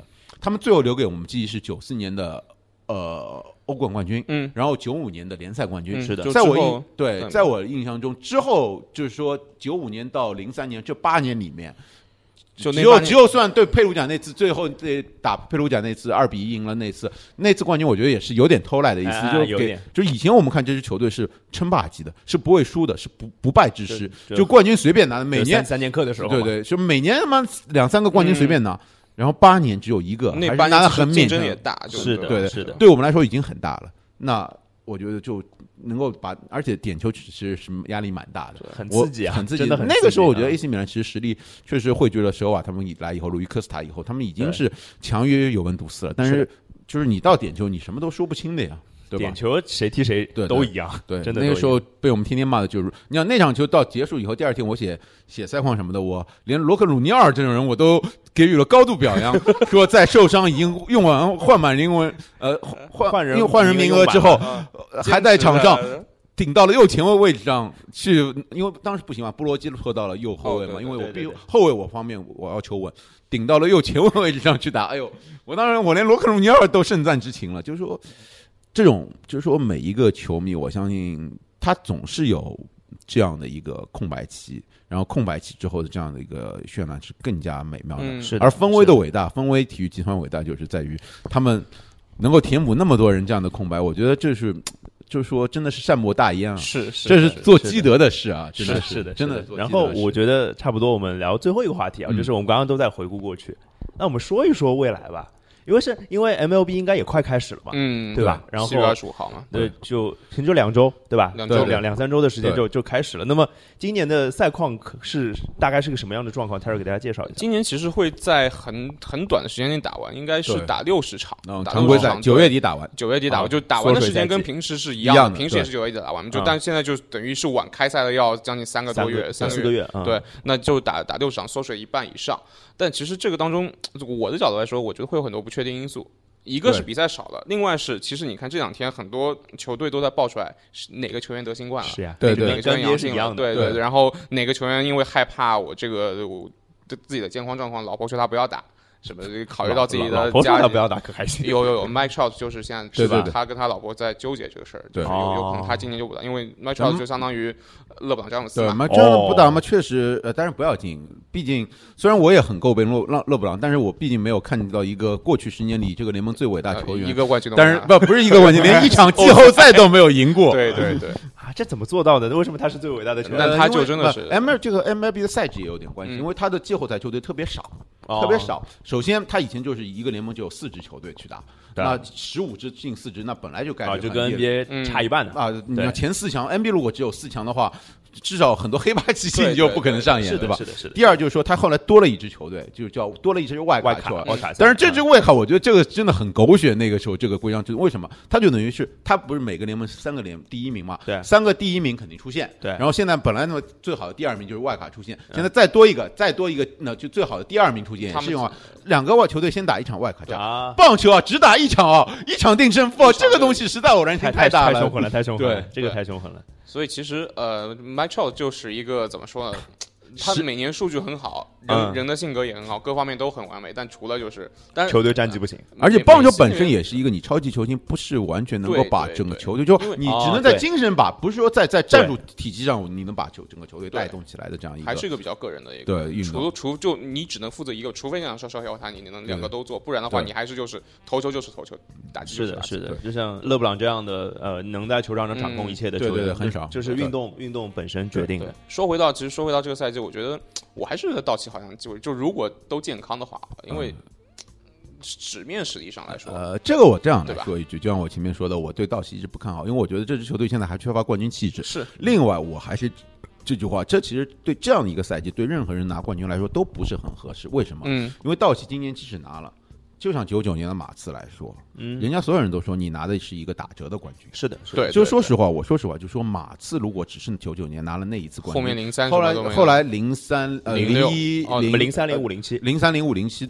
他们最后留给我们记忆是九四年的呃欧冠冠军， 嗯， 然后九五年的联赛冠军， 嗯、 是的， 在我印对，在我印象中，之后就是说九五年到零三年这八年里面。 就只有只有算对佩鲁贾那次最后打佩鲁贾那次二比一赢了那次那次冠军，我觉得也是有点偷懒的意思， 哎、 就给就以前我们看这支球队是称霸级的，是不会输的，是不不败之师，就, 就冠军随便拿的，每年三年课的时候， 对对，就每年他妈两三个冠军随便拿，嗯、然后八年只有一个， 那还是拿的很勉强，也大， 是的， 对对是的， 对我们来说已经很大了。那我觉得就能够把，而且点球其实是压力蛮大的， 很刺激啊， 很刺激。 真的很刺激。那个时候，我觉得 A C 米兰其实实力确实汇聚了舍瓦他们来以后，鲁伊科斯塔以后，他们已经是强于尤文图斯了。但是就是你到点球，你什么都说不清的呀。对吧？ 点球谁踢谁都一样， 对， 真的。 那个时候被我们天天骂的就是，你想那场球到结束以后，第二天我写写赛况什么的，我连罗克鲁尼尔这种人我都给予了高度表扬，说在受伤已经用完换满灵魂呃换换人换人名额之后，还在场上顶到了右前卫位置上去，因为当时不行嘛，布罗基拖到了右后卫嘛，因为我必后卫我方面我要求稳，顶到了右前卫位置上去打。哎呦，我当然我连罗克鲁尼尔都盛赞之情了，就是说。这种就是说，每一个球迷，我相信他总是有这样的一个空白期，然后空白期之后的这样的一个渲染是更加美妙的。 嗯、 是的而丰威的伟大，丰威体育集团伟大，就是在于他们能够填补那么多人这样的空白。我觉得这是，就是说，真的是善莫大焉啊！ 是，是这是做积德的事啊！真的是是的， 真的。 然后我觉得差不多，我们聊最后一个话题啊， 嗯、 就是我们刚刚都在回顾过去，那我们说一说未来吧。因为是因为 M L B 应该也快开始了嘛， 嗯， 对吧？然后七月二十五号嘛， 对，就其实就两周，对吧？ 两周两两三周的时间就就开始了。那么今年的赛况是大概是个什么样的状况？泰瑞给大家介绍一下。 今年其实会在很很短的时间内打完，应该是打六十场， 常规赛九月底打完， 九月底打完，就打完的时间跟平时是一样的，平时也是九月底打完，就但现在就等于是晚开赛了，要将近三个多月， 三四个月， 对，那就打打六十场，缩水一半以上。但其实这个当中，我的角度来说，我觉得会有很多不确定因素。一个是比赛少了，另外是其实你看这两天很多球队都在爆出来哪个球员得新冠了， 是呀， 对对， 哪个球员阳性了，对对对，然后哪个球员因为害怕我这个我自己的健康状况，老婆说他不要打。什么考虑到自己的家庭，不要打可开心。 有有有 ，Mike Trout 就是现在是吧？他跟他老婆在纠结这个事儿， 对， 有有可能他今年就不打，因为 Mike Trout 就相当于勒布朗詹姆斯嘛。 对 ，Mike Trout 不打嘛，确实，呃，但是不要紧，毕竟虽然我也很诟病勒勒布朗，但是我毕竟没有看到一个过去十年里这个联盟最伟大球员一个冠军， 但是不不是一个冠军，连一场季后赛都没有赢过。 对对对， 啊，这怎么做到的？为什么他是最伟大的球员？ 但他就真的是 M L 这个 M L B 的赛制也有点关系，因为他的季后赛球队特别少。特别少。首先，他以前就是一个联盟就有四支球队去打，那十五支进四支，那本来就概率就跟 N B A 差一半的啊。你要前四强 ，N B A 如果只有四强的话，至少很多黑八奇迹就不可能上演，对吧？ 是的，是的。 第二就是说，他后来多了一支球队，就叫多了一支外卡球。 外卡， 但是这支外卡，我觉得这个真的很狗血。那个时候这个规章制度，为什么？他就等于是他不是每个联盟是三个联第一名嘛？ 对， 三个第一名肯定出现。 对， 然后现在本来那么最好的第二名就是外卡出现，现在再多一个，再多一个，那就最好的第二名出现，也是用两个外球队先打一场外卡，这样棒球啊，只打一场啊，一场定胜负，这个东西实在偶然性太大了， 太凶狠了，太凶狠了， 对， 这个太凶狠了。 所以其实呃 ，Mike Trout 就是一个怎么说呢？他每年数据很好，人、嗯、人的性格也很好，各方面都很完美，但除了就是，但球队战绩不行。 而且棒球本身也是一个，你超级球星不是完全能够把整个球队，就你只能在精神把，不是说在在战术体系上你能把球整个球队带动起来的这样一个， 还是一个比较个人的一个对运动。 除除就你只能负责一个，除非像烧烧小塔，你能两个都做，不然的话你还是就是投球就是投球，打击是的，是的，就像勒布朗这样的呃，能在球场上掌控一切的球员很少， 就是运动运动本身决定的。 说回到其实说回到这个赛季，我觉得。我还是觉得道奇好像就就如果都健康的话，因为纸面实力上来说， 呃，这个我这样来说一句，就像我前面说的，我对道奇一直不看好，因为我觉得这支球队现在还缺乏冠军气质。 是， 另外我还是这句话，这其实对这样的一个赛季，对任何人拿冠军来说都不是很合适。为什么？ 嗯， 因为道奇今年即使拿了。就像九九年的马刺来说，嗯，人家所有人都说你拿的是一个打折的冠军， 是的， 对。 就说实话，我说实话，就说马刺如果只是九九年拿了那一次冠军， 后面零三， 后来后来零三呃零一零零三零五零七零三零五零七都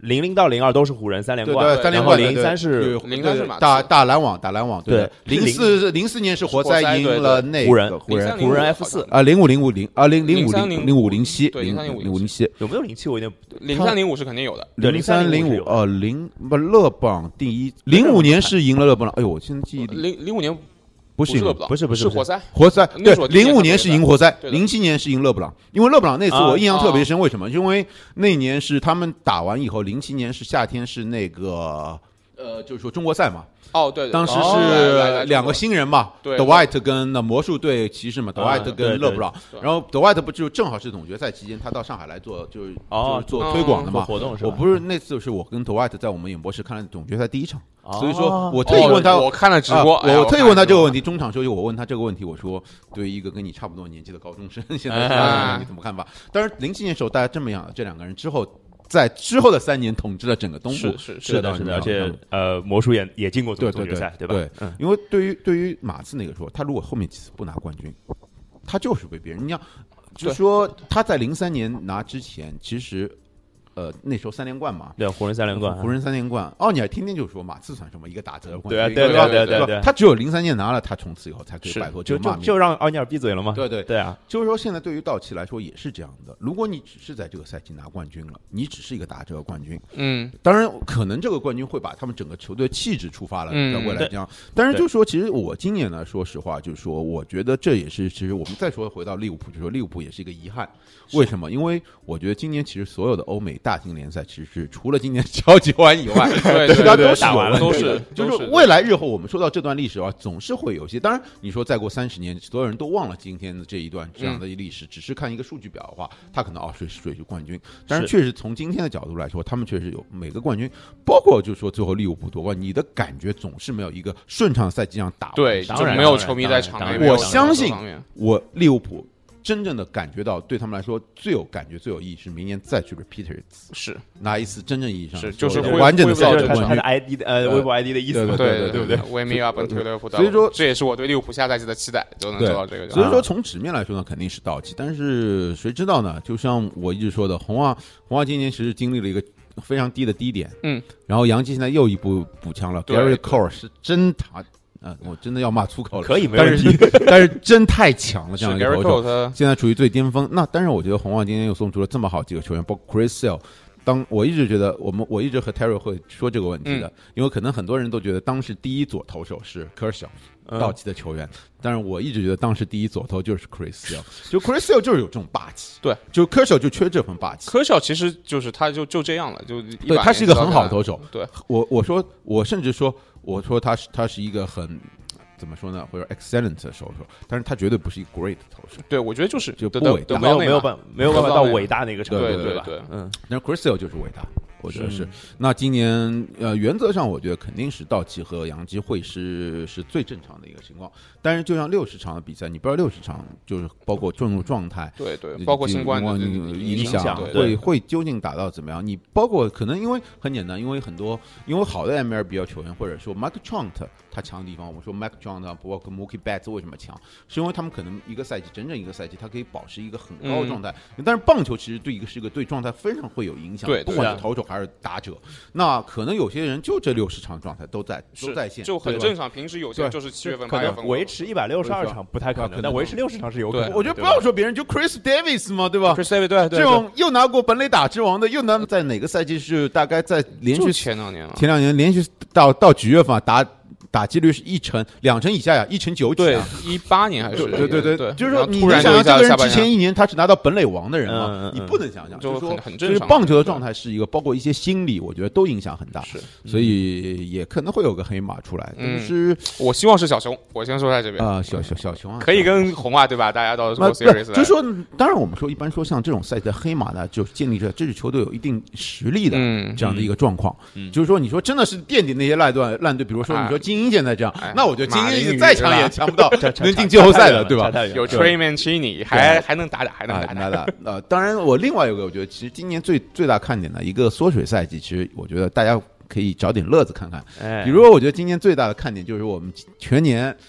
零零到零二都是湖人三连冠， 对对，三连冠。 零三是零三是马刺打打篮网，打篮网。 对， 零四零四年是活塞赢了那湖人， 湖人湖人 F 四啊，零五零五零啊，零零五零零五零七， 零零五零七有没有零七？我有点零三零五是肯定有的， 对， 零三零五呃零不勒布朗第一，零五年是赢了勒布朗，哎呦，我现在记忆力零零五年。 不是勒布朗， 不是不是是活塞， 活塞对，零五年是赢活塞， 零零七年是赢勒布朗。因为勒布朗那次我印象特别深，为什么？因为那年是他们打完以后，零七年是夏天是那个呃，就是说中国赛嘛。 哦，对， 当时是两个新人嘛， 对 ，The White 跟那魔术队骑士嘛 ，The White 跟勒布朗，然后 The White 不就正好是总决赛期间，他到上海来做就是就是做推广的嘛活动是吧？ 我不是那次是我跟 The White 在我们演播室看了总决赛第一场，所以说我特意问他， 我看了直播， 我特意问他这个问题，中场休息我问他这个问题，我说对于一个跟你差不多年纪的高中生，现在你怎么看法？当然零七年时候大家这么样，这两个人之后。在之后的三年统治了整个东部， 是是是的，是的，而且呃，魔术也也进过总决赛， 对吧？ 对，嗯，因为对于对于马刺那个说，他如果后面几次不拿冠军，他就是被别人，你想，就是说他在零三年拿之前，其实。呃，那时候三连冠嘛， 对，湖人三连冠， 湖人三连冠。哦，你还天天就说马刺算什么一个打折冠军， 对啊，对对对对对， 他只有零三年拿了，他从此以后才可以摆脱这个骂名， 就让奥尼尔闭嘴了吗？ 对对对啊， 就是说现在对于道奇来说也是这样的。如果你只是在这个赛季拿冠军了，你只是一个打折冠军， 嗯， 当然可能这个冠军会把他们整个球队气质触发了，在未来这样。但是就说，其实我今年呢，说实话，就是说，我觉得这也是，其实我们再说回到利物浦，就说利物浦也是一个遗憾。为什么？因为我觉得今年其实所有的欧美大型联赛，其实是除了今年超级碗以外， 对， 其他都是打完了，都是， 就是未来日后我们说到这段历史啊，总是会有些。当然，你说再过三十年，所有人都忘了今天的这一段这样的历史，只是看一个数据表的话，他可能哦，谁谁是冠军。但是确实从今天的角度来说，他们确实有每个冠军，包括就是说最后利物浦夺冠，你的感觉总是没有一个顺畅赛季上打完。 对，就没有球迷在场内。 我相信我利物浦。真正的感觉到，对他们来说最有感觉、最有意义是明年再去 repeat 一次， 是拿一次真正意义上是就是完整的赛季冠军。 他的 I D 的呃微博 I D 的意思， 对对对对对 ，Wake me up until the 所以说这也是我对利物浦下赛季的期待，就能做到这个。 所以说从纸面来说呢，肯定是道奇，但是谁知道呢？就像我一直说的，红袜红袜今年其实经历了一个非常低的低点， 嗯， 然后洋基现在又一步补强了 ，Gary Cole 是真他。嗯，我真的要骂粗口了， 可以没问题， 但是但是真太强了，这样一个投手， 他现在处于最巅峰。那但是我觉得红袜今天又送出了这么好几个球员，包括 Chris Sale。当我一直觉得，我们我一直和 Terry 会说这个问题的，嗯、因为可能很多人都觉得当时第一左投手是 Kershaw，道奇的球员，但是我一直觉得当时第一左投就是 Chris Sale， 就 Chris Sale 就是有这种霸气， 对， 就 Kershaw 就缺这份霸气。 Kershaw 其实就是他就就这样了，就对他是一个很好的投手。 对， 我我说我甚至说我说他是他是一个很。怎么说呢？或者 excellent 的手手，但是他绝对不是一个 great 的投手。 对，我觉得就是就不伟大， 没有没有办没有办法到伟大那个程度， 对对对，嗯。 但是 Chris Sale 就是伟大，我觉得是。那今年呃，原则上我觉得肯定是道奇和洋基会是是最正常的一个情况。但是就像六十场的比赛，你不知道六十场就是包括进入状态， 对对，包括新冠的影响，会会究竟打到怎么样？你包括可能因为很简单，因为很多因为好的 M L B 球员或者说 Mike Trout 他强的地方，我们说 Mike Trout 包括 Mookie Betts 为什么强，是因为他们可能一个赛季整整一个赛季，他可以保持一个很高的状态。嗯、但是棒球其实对一个是一个对状态非常会有影响， 对， 不管是投手还是打者。那可能有些人就这六十场状态都在都在线， 就很正常。平时有些人就是七月份、八月份维持一百六十二场不太可能，但维持六十场是有可能。 我觉得不要说别人，就 Chris Davis 嘛，对吧 ？Chris Davis 对， 这种又拿过本垒打之王的，又拿在哪个赛季是大概在连续前两年， 前两年连续到到几月份打。打击率是一成两成以下呀，一成九几、 啊。对，一八年还是对对对对， 就是说你能想象这个人之前一年他是拿到本垒王的人吗？ 嗯、 你不能想象， 就说很正常。 棒球的状态是一个，包括一些心理，我觉得都影响很大。 是， 所以也可能会有个黑马出来。但是、 嗯、我希望是小熊，我先说在这边啊、呃，小小小熊啊， 可以跟红袜对吧？大家到 World Series 就是说，当然我们说一般说像这种赛季的黑马呢，就建立着这支球队有一定实力的这样的一个状况。 嗯、 就是说，你说真的是垫底那些烂队烂队，比如说你说精英现在这样。 哎那我觉得精英再强也强不到能进季后赛的，对吧？ 有 Trey Mancini 还还能打打，还能打打。 打呃，当然，我另外有个，我觉得其实今年最最大看点的一个缩水赛季，其实我觉得大家可以找点乐子看看。 哎、 比如说，我觉得今年最大的看点就是我们全年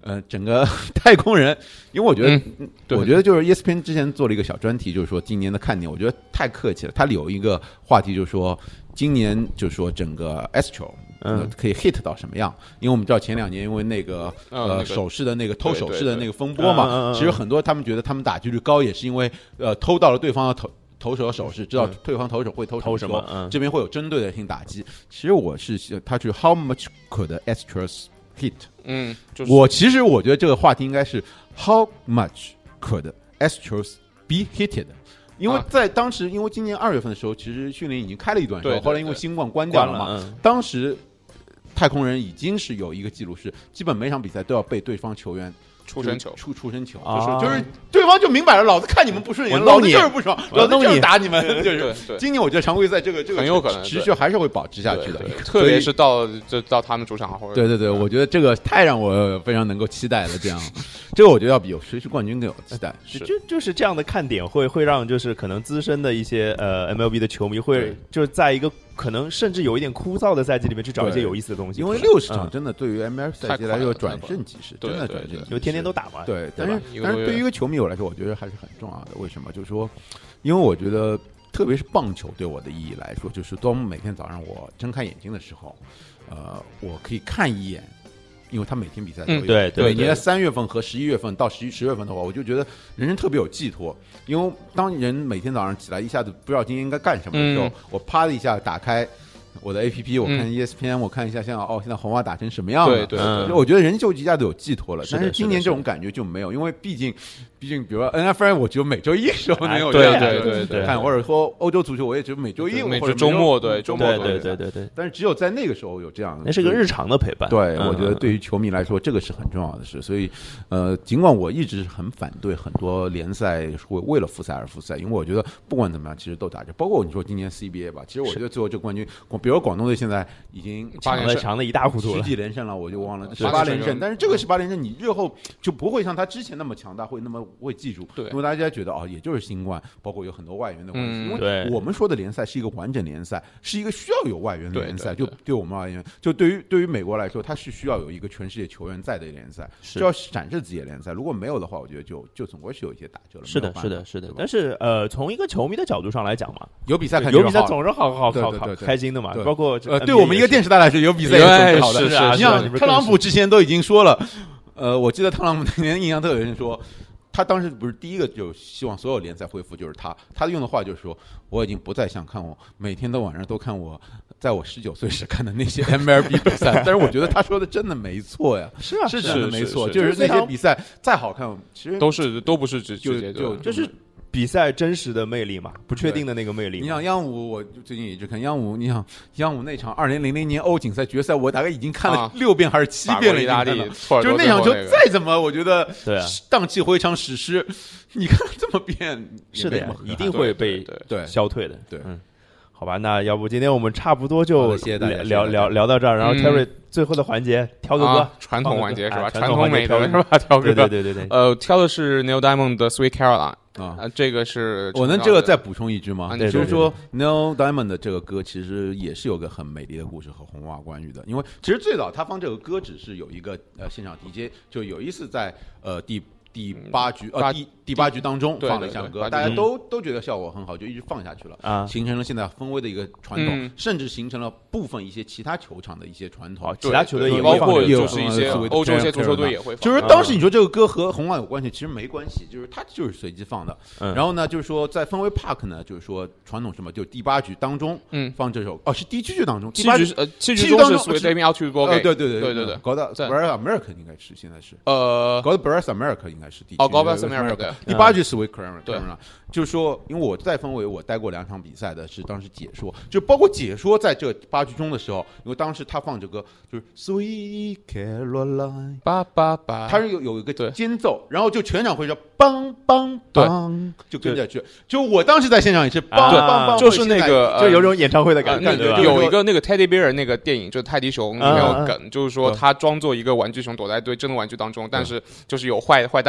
呃，整个太空人，因为我觉得，嗯、我觉得就是 E S P N 之前做了一个小专题，就是说今年的看点，我觉得太客气了。它里有一个话题，就是说今年就是说整个 Astro。嗯，可以 hit 到什么样？因为我们知道前两年因为那个呃手势的那个偷手势的那个风波嘛，其实很多他们觉得他们打击率高，也是因为呃偷到了对方的投投手的手势，知道对方投手会偷什么，嗯、这边会有针对性打击。其实我是他是 how much could Astros hit？ 嗯，就是我其实我觉得这个话题应该是 how much could Astros be hitted？因为在当时，因为今年二月份的时候，其实训练已经开了一段时间，后来因为新冠关掉了嘛， 嗯、 当时。太空人已经是有一个记录，是基本每场比赛都要被对方球员出身球， 出出身球，就是就是对方就明摆了，老子看你们不顺眼，老子就是不爽，老子就是打你们，就是今年我觉得常规赛这个这个很有可能持续还是会保持下去的， 特别是到就到他们主场或者对对对，我觉得这个太让我非常能够期待了，这样这个我觉得要比有谁是冠军更有期待， 就就是这样的看点会会让就是可能资深的一些呃 M L B 的球迷会就是在一个。可能甚至有一点枯燥的赛季里面去找一些有意思的东西， 因为六十场真的对于 M L B 赛季来说转瞬即逝，真的转瞬即逝， 因为天天都打嘛。 对，但是但是对于一个球迷我来说，我觉得还是很重要的。为什么？就是说，因为我觉得，特别是棒球对我的意义来说，就是当每天早上我睁开眼睛的时候，呃，我可以看一眼。因为他每天比赛都有， 嗯、对对， 每年三月份和十一月份到十一十月份的话，我就觉得人生特别有寄托。因为当人每天早上起来一下子不知道今天应该干什么的时候，嗯、我啪的一下打开我的 A P P， 我看 E S P N，、嗯、我看一下现在哦，现在红袜打成什么样了？ 对对，嗯、 我觉得人就一下子有寄托了。但是今年这种感觉就没有，因为毕竟。毕竟，比如说 N F L， 我只有每周一时候能有这样对对对看，或者说欧洲足球，我也只有每周一， 每周周末对周末对对对对。 但是只有在那个时候有这样， 那是个日常的陪伴。 对，我觉得对于球迷来说，这个是很重要的事。所以，呃，尽管我一直很反对很多联赛会为了复赛而复赛，因为我觉得不管怎么样，其实都打着。包括你说今年 C B A 吧，其实我觉得最后这个冠军，比如广东队现在已经抢了抢的一塌糊涂了， 十几连胜了，我就忘了十八连胜。但是这个十八连胜，你日后就不会像他之前那么强大，会那么会记住。 对。 因为大家觉得哦，也就是新冠，包括有很多外援的关系。 嗯、 因为我们说的联赛是一个完整联赛，是一个需要有外援的联赛。 对对对就对我们而言，就对于对于美国来说，它是需要有一个全世界球员在的联赛，需要展示自己的联赛。如果没有的话，我觉得就就总归是有一些打折了。 是的，是的，是的。但是呃，从一个球迷的角度上来讲嘛， 有比赛看， 有比赛总是好好好好开心的嘛。包括呃，对我们一个电视台来说，有比赛也是好的。 是是， 你像特朗普之前都已经说了，呃，我记得特朗普那年印象特别深，说。他当时不是第一个就希望所有联赛恢复，就是他，他用的话就是说，我已经不再想看我每天的晚上都看我在我十九岁时看的那些 M L B 比赛，但是我觉得他说的真的没错呀， 是啊， 是真的没错，就是那些比赛再好看，其实都是都不是直就接就就是。比赛真实的魅力嘛，不确定的那个魅力。 你想央五，我最近一直看央五。你想央五那场二零零零年欧锦赛决赛，我大概已经看了六遍还是七遍了。 意大利就是那场球再怎么，我觉得对啊， 荡气回肠史诗，你看这么遍， 是的呀，一定会被对消退的。 对， 嗯，好吧，那要不今天我们差不多就谢谢大家聊聊聊到这儿，然后 Terry 最后的环节挑个歌， 传统环节是吧？ 传统美德是吧？挑个歌，对对对对。 呃，挑的是 Neil Diamond 的 Sweet Caroline。啊，这个是我能这个再补充一句吗？ 就是说 Neil Diamond 的这个歌其实也是有个很美丽的故事和红袜关于的，因为其实最早他放这个歌只是有一个呃现场 D J， 就有一次在呃第第八局呃第第八局当中放了一项歌，大家都都觉得效果很好，就一直放下去了啊，形成了现在分威的一个传统，甚至形成了部分一些其他球场的一些传统， 其他球队也包括就是一些欧洲一些足球队也会放。 就是当时你说这个歌和红袜有关系，其实没关系，就是它就是随机放的。然后呢，就是说在分威 Park 呢，就是说传统什么，就第八局当中放这首哦，是第七局当中， 七局呃七局中是 Sweet Baby Out to Go， 对对对对对对， 搞到 Brazil America 应该是现在是呃搞到 Brazil America 应该是第哦 Brazil America 第八局 Sweet Caroline，对，就是说，因为我在分威我待过两场比赛的，是当时解说，就包括解说在这八局中的时候，因为当时他放这歌就是 Sweet Caroline， 八八八， 他是有有一个间奏，然后就全场会说梆梆梆，就跟下去。就我当时在现场也是梆梆梆， 就是那个就有种演唱会的感觉。 有一个那个 Teddy Bear 那个电影，就是泰迪熊里面有梗，就是说他装作一个玩具熊躲在对真的玩具当中，但是就是有坏坏蛋。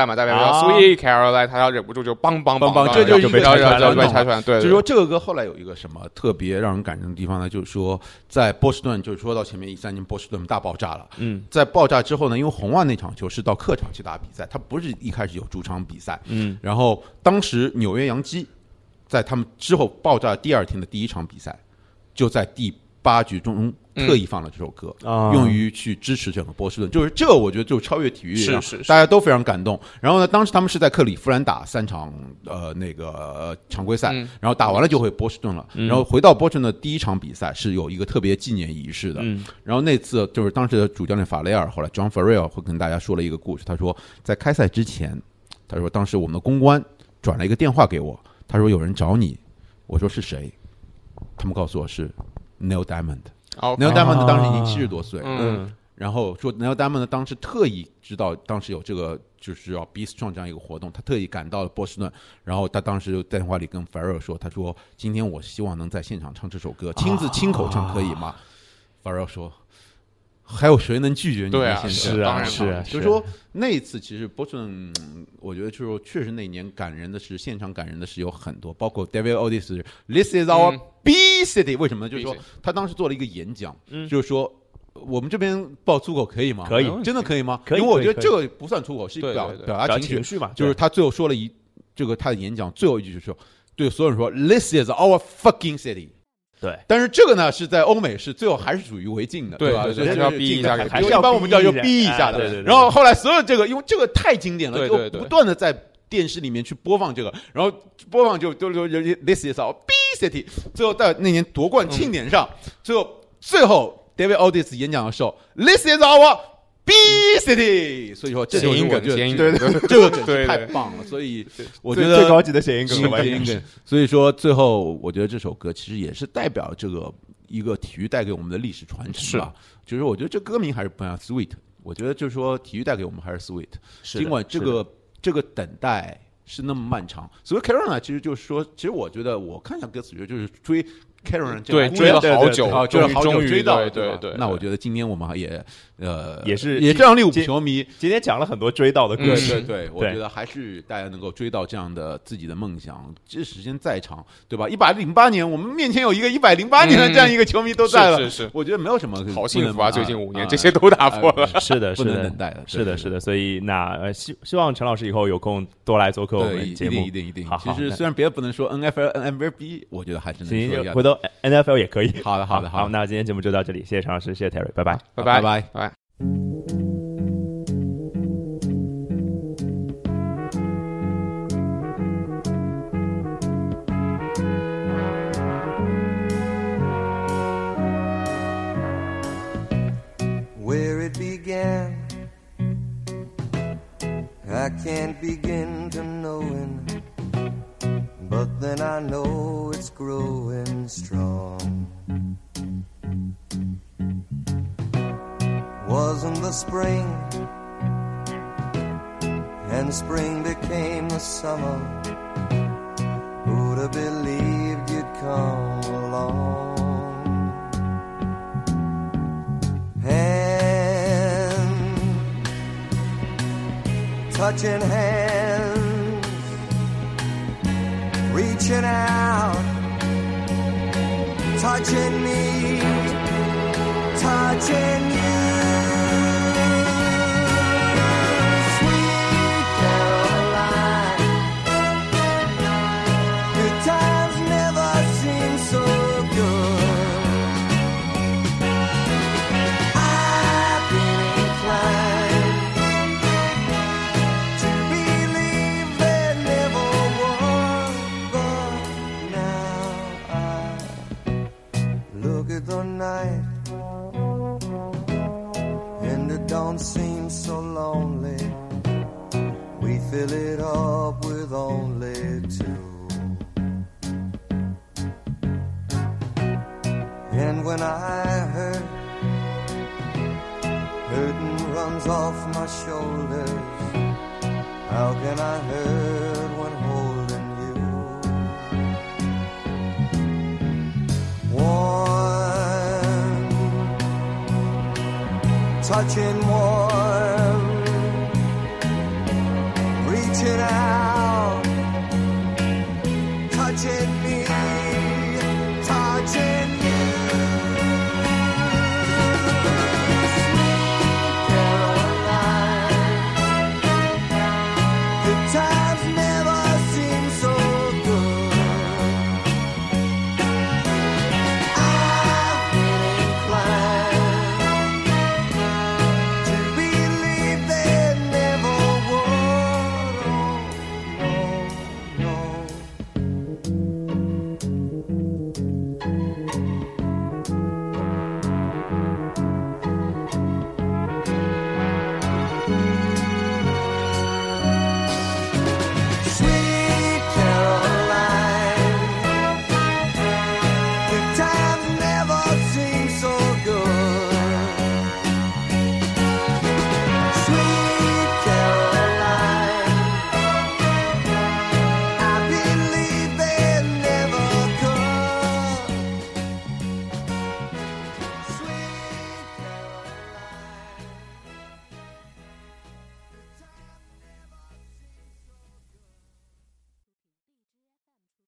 带嘛，代表叫 Sweet Caroline， 他要忍不住就梆梆梆梆， 这就被拆穿了，被拆穿。对， 就是说这个歌后来有一个什么特别让人感动的地方呢？就是说在波士顿，就是说到前面一三年波士顿大爆炸了。嗯，在爆炸之后呢，因为红袜那场球是到客场去打比赛，他不是一开始有主场比赛。嗯，然后当时纽约洋基在他们之后爆炸第二天的第一场比赛，就在第八局中特意放了这首歌，嗯、用于去支持整个波士顿。就是这，我觉得就超越体育， 是是是， 大家都非常感动。然后呢，当时他们是在克里夫兰打三场呃那个、呃、常规赛，嗯、然后打完了就回波士顿了。嗯、然后回到波士顿的第一场比赛是有一个特别纪念仪式的。嗯、然后那次就是当时的主教练法雷尔，后来 John Farrell 会跟大家说了一个故事。他说，在开赛之前，他说当时我们的公关转了一个电话给我，他说有人找你，我说是谁？他们告诉我是 Neil Diamond。Neil Diamond 当时已经七十多岁，嗯，然后说 Neil Diamond 当时特意知道当时有这个就是要 Be Strong 这样一个活动，他特意赶到了波士顿，然后他当时就在电话里跟 Farrell 说，他说今天我希望能在现场唱这首歌，亲自亲口唱可以吗？ Farrell 说还有谁能拒绝你？ 对啊， 是啊，是啊， 就是说那一次其实波士顿，我觉得就是说确实那年感人的是现场感人的是有很多，包括 David Otis This is our B City， 为什么呢？就是说他当时做了一个演讲，嗯、就是说我们这边爆粗口可以吗？ 可以， 真的可以吗？ 可以， 因为我觉得这个不算粗口，是表对对对表达情绪嘛。 就是他最后说了一这个他的演讲最后一句就是说对所有人说 This is our fucking city。 对， 但是这个呢是在欧美是最后还是属于违禁的， 对吧？ 对，要逼一下， 还是一般我们叫就逼一下的。 对对。 然后后来所有这个，因为这个太经典了， 对对对， 就不断的在电视里面去播放这个，然后播放就就就 This is our B City。最后在那年夺冠庆典上，最后最后 David Otis 演讲的时候 ，This is our B City， 所以说这谐音梗， 谐音梗，对对，这个梗太棒了，所以我觉得最高级的谐音梗， 谐音梗。所以说最后我觉得这首歌其实也是代表这个一个体育带给我们的历史传承吧。就是我觉得这歌名还是不一样 ，Sweet。我觉得就是说体育带给我们还是 Sweet， 尽管这个这个等待是那么漫长。所谓 Caroline 其实就是说，其实我觉得我看一下歌词，就是追。Caroline 对追了好久， 啊，追了好久追到， 对对对。 那我觉得今天我们也呃也是也让利物浦球迷今天讲了很多追到的故事， 对对对，我觉得还是大家能够追到这样的自己的梦想，这时间再长，对吧？一百零八年，我们面前有一个一百零八年的这样一个球迷都在了， 是是， 我觉得没有什么好幸福啊！最近五年这些都打破了， 是的， 不能等待的， 是的，是的。所以那呃希希望陈老师以后有空多来做客我们节目， 一定一定一定。其实虽然别的不能说 N F L N M V P， 我觉得还是能说一下。 回头 N F L 也可以。 好的，好的， 好，那今天节目就到这里，谢谢陈老师，谢谢 Terry， 拜拜， 拜拜， 拜拜。 Where it began, I can't begin to knowing.But then I know it's growing strong. Wasn't the spring, and spring became the summer. Who'd have believed you'd come along? Hand, touching hands.Reaching out, touching me, touching you. Sweet Caroline, good times never seem so good. I've been inclined to believe there never was.Look at the night, and it don't seem so lonely. We fill it up with only two. And when I hurt, hurting runs off my shoulders. How can I hurt when holding you?Touching more